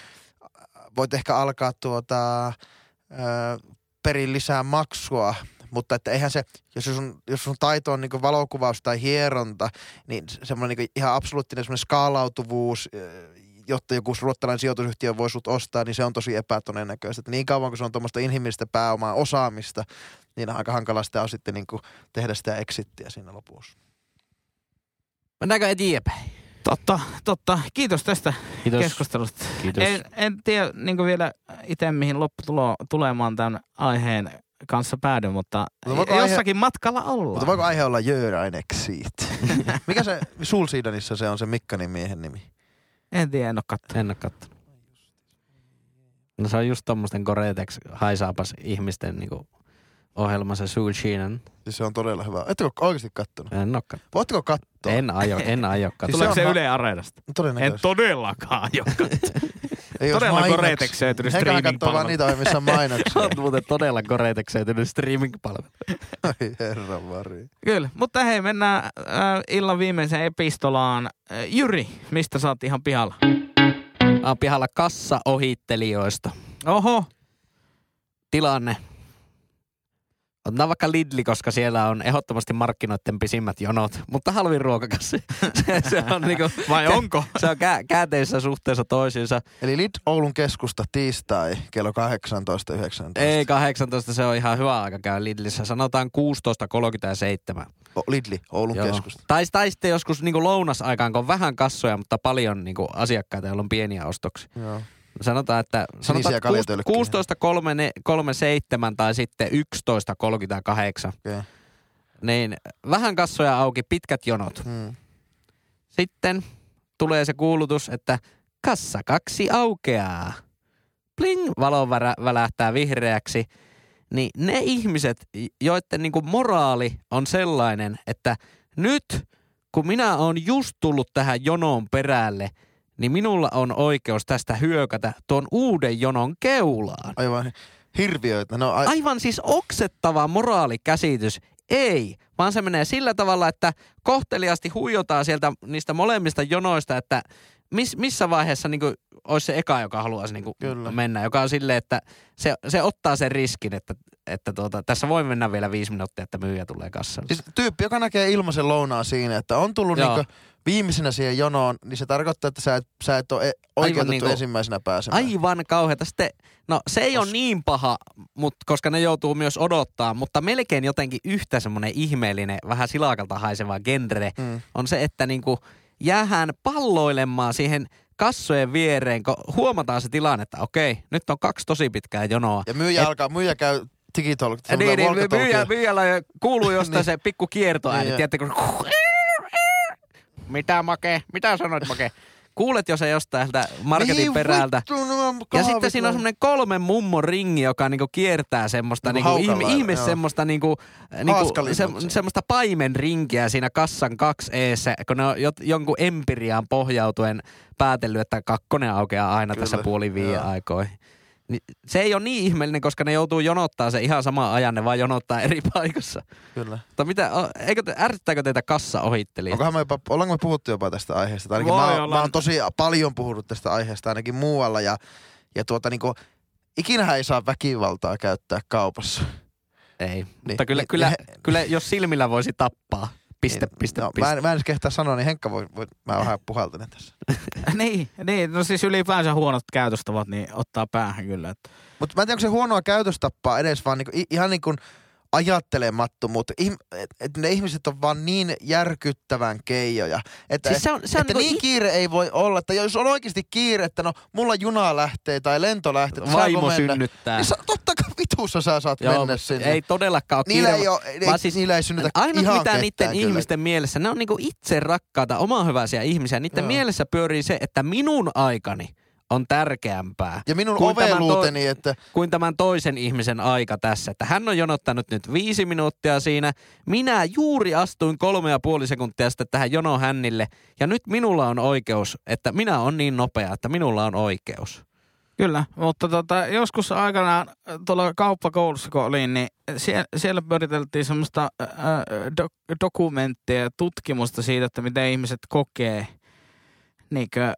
voit ehkä alkaa tuota, ö, perin lisää maksua. Mutta että eihän se, jos sun, jos sun taito on niin valokuvaus tai hieronta, niin semmoinen niin ihan absoluuttinen semmoinen skaalautuvuus, jotta joku ruottalainen sijoitusyhtiö voi sut ostaa, niin se on tosi epätodennäköistä. Että niin kauan kuin se on tuommoista inhimillistä pääomaa osaamista, niin on aika hankala sitä on sitten niin tehdä sitä exittiä siinä lopussa. Mennäänkö eteenpäin? Totta, totta. Kiitos tästä Kiitos. keskustelusta. Kiitos. En, en tiedä niin vielä itse mihin lopputulemaan tämän aiheen kanssa päädyn, mutta, mutta jossakin aihe... matkalla ollaan. Mutta voiko aihe olla Jöraineksit? Mikä se Sulsiidanissa se on se Mikkanin miehen nimi? En tiedä, en ole kattonut. En ole kattonut. No se on just tommosten Goretex haisaapas ihmisten niinku ohjelma se Sulsiidan. Siis se on todella hyvä. Ettekö oikeasti kattonut? En ole kattonut. Voitteko katsoa? En aio, en aio katsoa. Siis tuleeko se Yle Areenasta? Todennäköisesti. En todellakaan aio katsoa. Ei todella Goretex-söytynyt streaming-palvelu. Henkään katsoo vaan niitä ohjelmissa mainoksia. On muuten todella Goretex-söytynyt streaming-palvelu. Ai herran Mari. Kyllä, mutta hei, mennään äh, illan viimeiseen epistolaan. Äh, Jyri, mistä sä oot ihan pihalla? Mä oon pihalla kassaohittelijoista. Oho. Tilanne. Otetaan vaikka Lidli, koska siellä on ehdottomasti markkinoiden pisimmät jonot, mutta halvin ruokakassi. se, se on niinku, Vai onko? Se on kä- käänteisessä suhteessa toisiinsa. Eli Lid Oulun keskusta tiistai kello kahdeksantoista yhdeksäntoista. Ei kahdeksantoista, se on ihan hyvä aika käydä Lidlissä. Sanotaan kuusitoista kolmekymmentäseitsemän. O, Lidli Oulun Joo. keskusta. Tai, tai sitten joskus niinku lounasaikaan, kun on vähän kassoja, mutta paljon niinku asiakkaita, joilla on pieniä ostoksia. Joo. Sanotaan, että sanotaan kaljatölkkejä. kuusitoista kolmekymmentäseitsemän tai sitten yksitoista kolmekymmentäkahdeksan. Okay. Niin vähän kassoja auki, pitkät jonot. Hmm. Sitten tulee se kuulutus, että kassa kaksi aukeaa. Pling, valo värä- välähtää vihreäksi. Niin ne ihmiset, joiden niinku moraali on sellainen, että nyt kun minä oon just tullut tähän jonoon perälle, niin minulla on oikeus tästä hyökätä tuon uuden jonon keulaan. Aivan hirviöitä. No, a... Aivan siis oksettava moraalikäsitys. Ei, vaan se menee sillä tavalla, että kohteliasti huijotaan sieltä niistä molemmista jonoista, että miss, missä vaiheessa niin kuin, olisi se eka, joka haluaisi niin kuin, mennä. Joka on silleen, että se, se ottaa sen riskin, että, että tuota, tässä voi mennä vielä viisi minuuttia, että myyjä tulee kassalle. Siis tyyppi, joka näkee ilmaisen lounaan siinä, että on tullut niinku viimeisenä siihen jonoon, niin se tarkoittaa, että sä et, sä et ole oikeutettu niinku ensimmäisenä pääsemään. Aivan kauheata. Sitten, no se ei Os... ole niin paha, mut, koska ne joutuu myös odottaa, mutta melkein jotenkin yhtä semmoinen ihmeellinen, vähän silakalta haiseva genre mm. on se, että niinku jäähän palloilemaan siihen kassojen viereen, kun huomataan se tilanne, että okei, nyt on kaksi tosi pitkää jonoa. Ja myyjä, Et... alkaa, myyjä käy digitolk. Niin, niin myyjä, myyjällä kuuluu jostain niin. Se pikku kiertoääni, niin, tiedättekö? Mitä Make? Mitä sanoit Make? Kuulet jo se jostain marketin niin, perältä. Vittu, ja sitten siinä on semmoinen kolmen mummon ringi, joka niinku kiertää semmoista niinku ihme, ihme semmoista niinku, niinku se, semmoista paimenrinkiä siinä kassan kaksi eessä, kun ne on jonkun empiriaan pohjautuen päätellyt, että kakkonen aukeaa aina Kyllä, tässä puoli viiden aikoihin. Niin se ei ole niin ihmeellinen, koska ne joutuu jonottaa se ihan samaan ajan, ne vaan jonottaa eri paikassa. Kyllä. Mutta mitä, eikö te, ärsyttääkö teitä kassa-ohittelijat? Onkohan me jopa, ollaanko me puhuttu jopa tästä aiheesta? Ainakin mä, mä oon tosi paljon puhunut tästä aiheesta ainakin muualla ja, ja tuota niinku, ikinähän ei saa väkivaltaa käyttää kaupassa. Ei, niin, mutta kyllä, niin, kyllä, he, kyllä jos silmillä voisi tappaa. Piste, niin, piste, no, piste. Mä en, mä en kehtaa sanoa, niin Henkka voi, voi mä vähän puhaltelen tässä. niin, niin, no siis ylipäänsä huonot käytöstavat, niin ottaa päähän kyllä. Että. Mutta mä en tiedä, onko se huonoa käytöstappaa edes, vaan niinku, ihan niin kuin ajattelemattomuutta. Että et ne ihmiset on vaan niin järkyttävän keijoja. Että, siis se on, se on että niin, niin kiire ei voi olla. Että jos on oikeasti kiire, että no mulla juna lähtee tai lento lähtee. Vaimo synnyttää. Niin sa, totta kai vitussa sä saat Joo, mennä sinne. Ei todellakaan ole niillä kiire. Ei ole, ei, siis niillä ei synnytä aina ihan mitä niiden kyllä. ihmisten mielessä, ne on niinku itse rakkaita, omahyväisiä ihmisiä. Niiden Joo. mielessä pyörii se, että minun aikani on tärkeämpää. Ja minun oveluuteni, to- että kuin tämän toisen ihmisen aika tässä. Että hän on jonottanut nyt viisi minuuttia siinä. Minä juuri astuin kolme ja puoli sekuntia sitten tähän jonohännille. Ja nyt minulla on oikeus, että minä on niin nopea, että minulla on oikeus. Kyllä, mutta tota, joskus aikanaan tuolla kauppakoulussa kun olin, niin siellä, siellä pyöriteltiin semmoista ää, do- dokumenttia ja tutkimusta siitä, että miten ihmiset kokee niinkö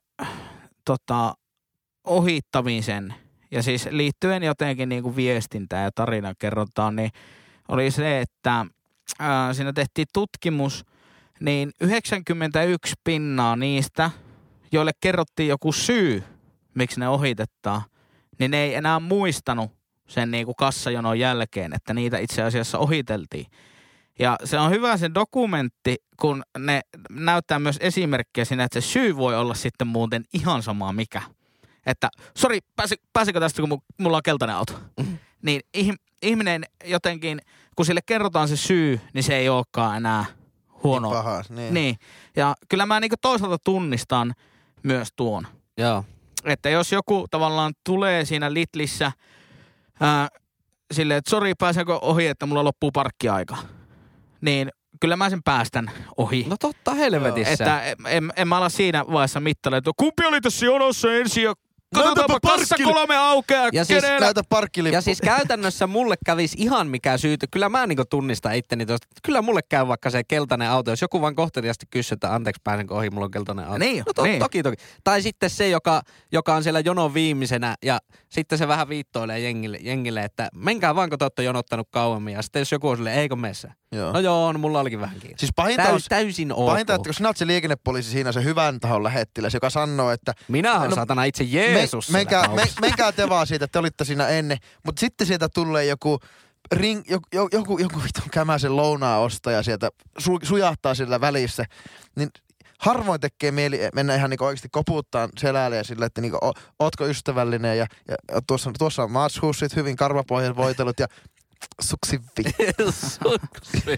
tota ohittamisen ja siis liittyen jotenkin niin kuin viestintään ja tarinan kerrotaan, niin oli se, että ää, siinä tehtiin tutkimus, niin yhdeksänkymmentäyksi pinnaa niistä, joille kerrottiin joku syy, miksi ne ohitetaan, niin ne ei enää muistanut sen niin kuin kassajonon jälkeen, että niitä itse asiassa ohiteltiin. Ja se on hyvä se dokumentti, kun ne näyttää myös esimerkkejä siinä, että se syy voi olla sitten muuten ihan sama mikä. Että, sori, pääsi, pääsikö tästä, kun mulla on keltainen auto? Mm-hmm. Niin ihminen jotenkin, kun sille kerrotaan se syy, niin se ei olekaan enää huono. Niin pahas, niin. niin. Ja kyllä mä niinku toisaalta tunnistan myös tuon. Joo. Että jos joku tavallaan tulee siinä Lidlissä ää, silleen, että sori, pääsenkö ohi, että mulla loppuu parkkiaika, niin kyllä mä sen päästän ohi. No totta helvetissä. Että en, en mä ala siinä vaiheessa mittailla, että kumpi oli tässä jonossa ensin ja Katsotaanpa kassa kolme aukeaa. Ja siis, näytä parkkilippu. ja siis käytännössä mulle kävisi ihan mikä syyty. Kyllä mä niinku tunnistan itteni tuosta. Kyllä mulle käy vaikka se keltainen auto. Jos joku vaan kohteliasti kysyy, että anteeksi pääsenkö ohi, mulla on keltainen auto. Niin, no to, niin. toki, toki. Tai sitten se, joka, joka on siellä jonon viimeisenä ja sitten se vähän viittoilee jengille, jengille että menkää vaan, kun te olette jonottanut kauemmin. Ja sitten jos joku on silleen, eikö messä? Joo. No joo, no mulla olikin vähän kiinni. Siis pahinta Täys, on, täysin ok. pahinta, että kun sinä olet se liikennepoliisi siinä, se hyvän tahon lähettiläs, joka sanoo, että... Minä olen no, saatana itse Jeesus. Me, menkää, me, menkää te vaan siitä, että te olitte siinä ennen. Mutta sitten sieltä tulee joku... Ring, joku, joku, joku vitun kämäsen lounaa ostaja sieltä su, sujahtaa sillä välissä, niin harvoin tekee mieli mennä ihan niinku oikeasti koputtaan selälle ja sillä, että niinku, o, ootko ystävällinen ja, ja tuossa, tuossa on matshussit, hyvin karvapohjat voitelut ja suksi vittu. Suksi.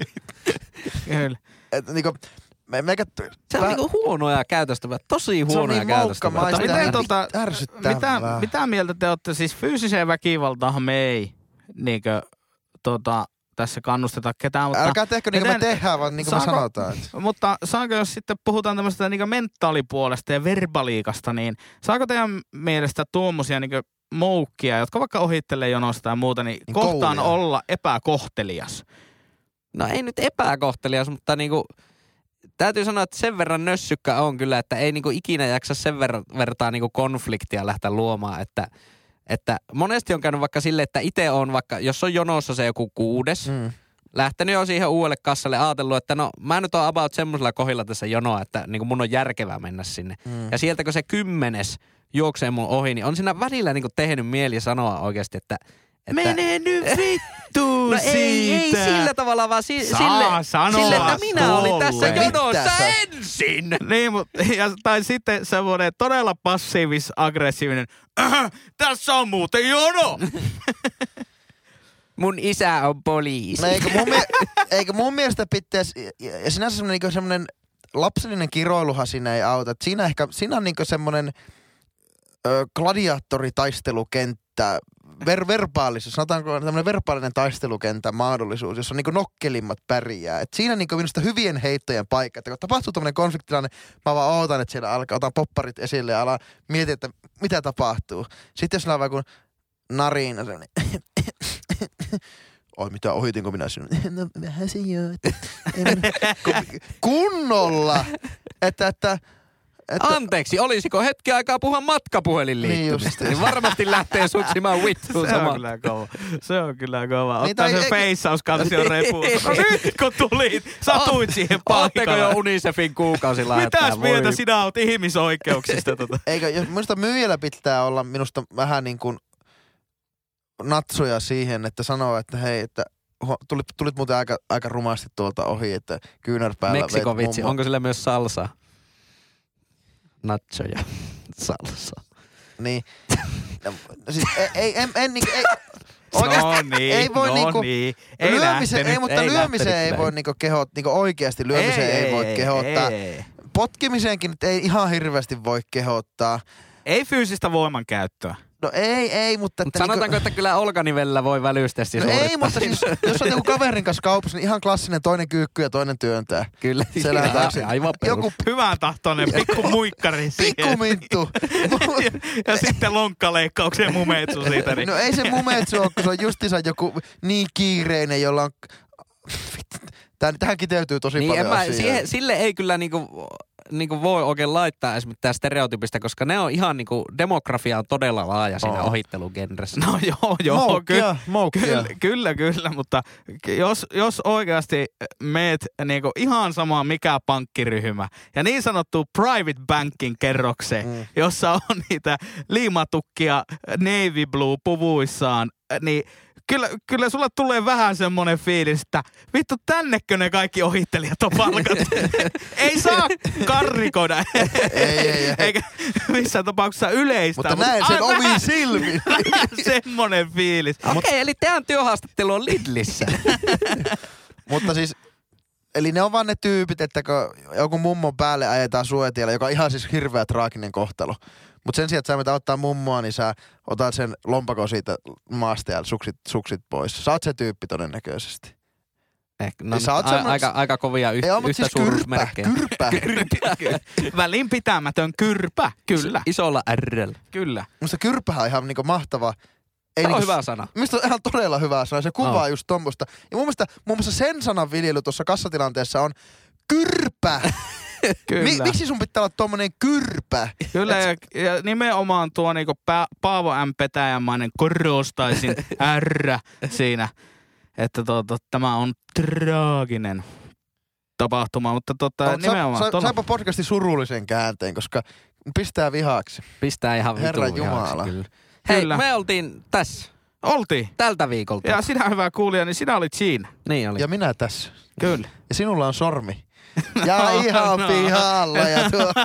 Kyllä. Että niinku... Me, meikä, se on väh... niinku huonoja käytöstä, tosi huonoja niin käytöstä. Miten tota, mitä, mitä mieltä te olette? Siis fyysiseen väkivaltaan me ei niinkö, tota, tässä kannusteta ketään. Mutta älkää tehkö niin kuin me tehdään, vaan niin kuin saanko, me sanotaan. Että. Mutta saanko, jos sitten puhutaan tämmöistä niin mentaalipuolesta ja verbaliikasta, niin saako teidän mielestä tuommoisia niin moukkia, jotka vaikka ohittelee jonosta ja muuta, niin, niin kohtaan koulia. Olla epäkohtelias? No ei nyt epäkohtelias, mutta niinku... Täytyy sanoa, että sen verran nössykkä on kyllä, että ei niinku ikinä jaksa sen verran, vertaa niinku konfliktia lähteä luomaan, että, että monesti on käynyt vaikka sille, että itse on vaikka, jos on jonossa se joku kuudes, mm. lähtenyt jo siihen uudelle kassalle, ajatellut, että no mä nyt oon about semmoisella kohdilla tässä jonoa, että niinku mun on järkevää mennä sinne. Mm. Ja sieltä kun se kymmenes juoksee mun ohi, niin on siinä välillä niinku tehnyt mieli sanoa oikeasti, että Että, mene nyt vittuun no siitä. ei, ei sillä tavalla, vaan si- Saa sille, sanoa sille, että minä tolle. olin tässä jonossa Mitä ensin. Niin, mutta, ja, tai sitten semmoinen todella passiivis-aggressiivinen, äh, tässä on muuten jono. Mun isä on poliisi. No eikö mun, mie- eikö mun mielestä pitäisi, ja sinänsä semmoinen, niin semmoinen lapsellinen kiroiluhan siinä ei auta. Et siinä ehkä, siinä on niin semmoinen ö, gladiaattoritaistelukenttä, ver, verbaalisuus, sanotaanko tämmöinen verbaalinen taistelukentän mahdollisuus, jossa niin nokkelimmat pärjää. Et siinä niin minusta hyvien heittojen paikka, että kun tapahtuu tämmöinen konfliktilanne, mä vaan ootan, että siellä alkaa, otan popparit esille ja alan miettiä, että mitä tapahtuu. Sitten jos on vaikka kun narina, semmoinen, oi mitä ohitinko minä sinun? No vähän se joo. Kunnolla! Että, että, että... Anteeksi, olisiko hetki aikaa puhua matkapuhelin liittymistä? Niin, niin varmasti lähtee suksimaan vittuun Se on samaan. kyllä kova. Se on kyllä kova. Niin, Ottaa tai sen ei- feissauskansi on repuun. No nyt kun tulit, satuit siihen Ootteko jo paikalle. Unicefin kuukausi lähettää? Mitäs mieltä sinä oot ihmisoikeuksista? Tota? Eikö, jos minusta myyjällä pitää olla minusta vähän niin kuin natsoja siihen, että sanoo, että hei, että huo- tulit, tulit muuten aika, aika rumasti tuolta ohi, että kyynärpäällä Meksiko veit vitsi, mummo. onko sillä myös salsa? Nachoja. Salsa. Niin. No, siis ei, ei, en, en, niin, ei, No oikeasti niin, ei voi no niinku, niin. Ei lyömiseen, lähtenyt, ei, mutta ei lyömiseen lähtenyt ei voi näin. niinku kehot, niinku oikeasti lyömiseen ei, ei voi kehottaa. Ei, Potkimiseenkin nyt ei ihan hirveästi voi kehottaa. ei fyysistä voimankäyttöä. No ei, ei, mutta... Mutta että sanotaanko, että kyllä olkanivellä voi välystesti No suorittaa. ei, mutta siis, jos on joku kaverin kanssa kaupassa, niin ihan klassinen toinen kyykky ja toinen työntää. Kyllä. Selän Kyllä, taakse. aivan perus. Joku Hyvän tahtoinen pikku muikkari siihen. pikkuminttu. ja, ja sitten lonkkaleikkauksen mumetsu siitä. Niin. No ei se mumetsu ole, kun se on justiinsa joku niin kiireinen, jolla on... Tää, tähän kiteytyy tosi Niin, en paljon mä, asiaa. siihen, sille ei kyllä niinku, niinku voi oikein laittaa edes mitään stereotypista, koska ne on ihan niinku, demografia on todella laaja siinä Oo. ohittelugenressä. No joo, joo. Moukkia, moukkia. Kyllä, kyllä, kyllä, mutta jos, jos oikeasti meet niinku ihan sama mikä pankkiryhmä ja niin sanottu private banking kerrokseen, Mm. jossa on niitä liimatukkia navy blue puvuissaan, niin Kyllä, kyllä sulla tulee vähän semmoinen fiilis, että vittu tännekö ne kaikki ohittelijat on palkat. Ei saa karrikoida. Ei, ei, ei. Eikä missään tapauksessa yleistä. Mutta näen sen aina omin vähän- silmin. vähän semmoinen fiilis. Okei, okay, eli teidän työhaastattelu on Lidlissä. Mutta siis, eli ne on vaan ne tyypit, että kun joku mummon päälle ajetaan suojatiellä, joka on ihan siis hirveä traaginen kohtalo. Mutta sen sijaan, että sä menet auttaa mummoa, niin sä otat sen lompakon siitä maasta ja suksit, suksit pois. Sä oot se tyyppi todennäköisesti. Ehkä, no, Sä oot a- semmoinen- aika, aika kovia yh, Ei, mutta yhtä siis kyrpä, suuruusmerkkejä. kyrpä. Välinpitämätön kyrpä, kyllä, Isolla R:llä. kyllä. Musta kyrpähän on ihan niinku mahtava. Ei Tämä on niinku, hyvä sana. Mistä on ihan todella hyvä sana. Se kuvaa No. just tommoista. Ja mun mielestä muun muassa sen sanan viljely tuossa kassatilanteessa on kyrpä. Kyllä. Mi- miksi sun pitää olla tommonen kyrpä? Kyllä, ja, ja nimenomaan tuo niinku pää, Paavo M. Petäjänmainen korostaisin R siinä, että to, to, tämä on traaginen tapahtuma, mutta tota, Oot, nimenomaan. sa, sa, tuolla- saipa podcastin surullisen käänteen, koska pistää vihaksi. Pistää ihan Herra vitun vihaksi, Jumala. Kyllä. Hei, Kyllä. me oltiin tässä Oltiin. tältä viikolta. Ja sinä hyvä kuulija, niin sinä olit siinä. Niin oli. Ja minä tässä. Kyllä. Ja sinulla on sormi. Ja No, ihan no. pihalla. Ja tuota.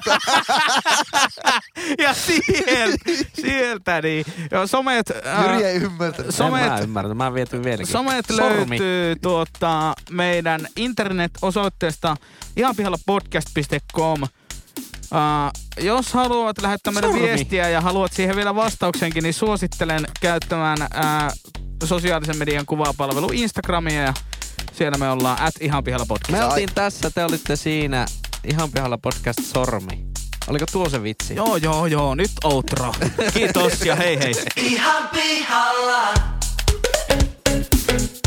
Ja sieltä, sieltä niin. Ja somet, Jyri ää, ei ymmärtänyt. so- somet- En mä ymmärrä, mä vietyn vieläkin. somet Sormi. löytyy tuota, meidän internet-osoitteesta ihanpihallapodcast piste com. Uh, jos haluat lähettää meidän Sormi. viestiä ja haluat siihen vielä vastauksenkin, niin suosittelen käyttämään uh, sosiaalisen median kuvapalvelu Instagramia ja siellä me ollaan at ihanpihallapodcast. Me oltiin tässä, te olitte siinä. Ihan pihalla podcast Sormi. Oliko tuo se vitsi? Joo, joo, joo, nyt outro. Kiitos ja hei hei. Ihan pihalla.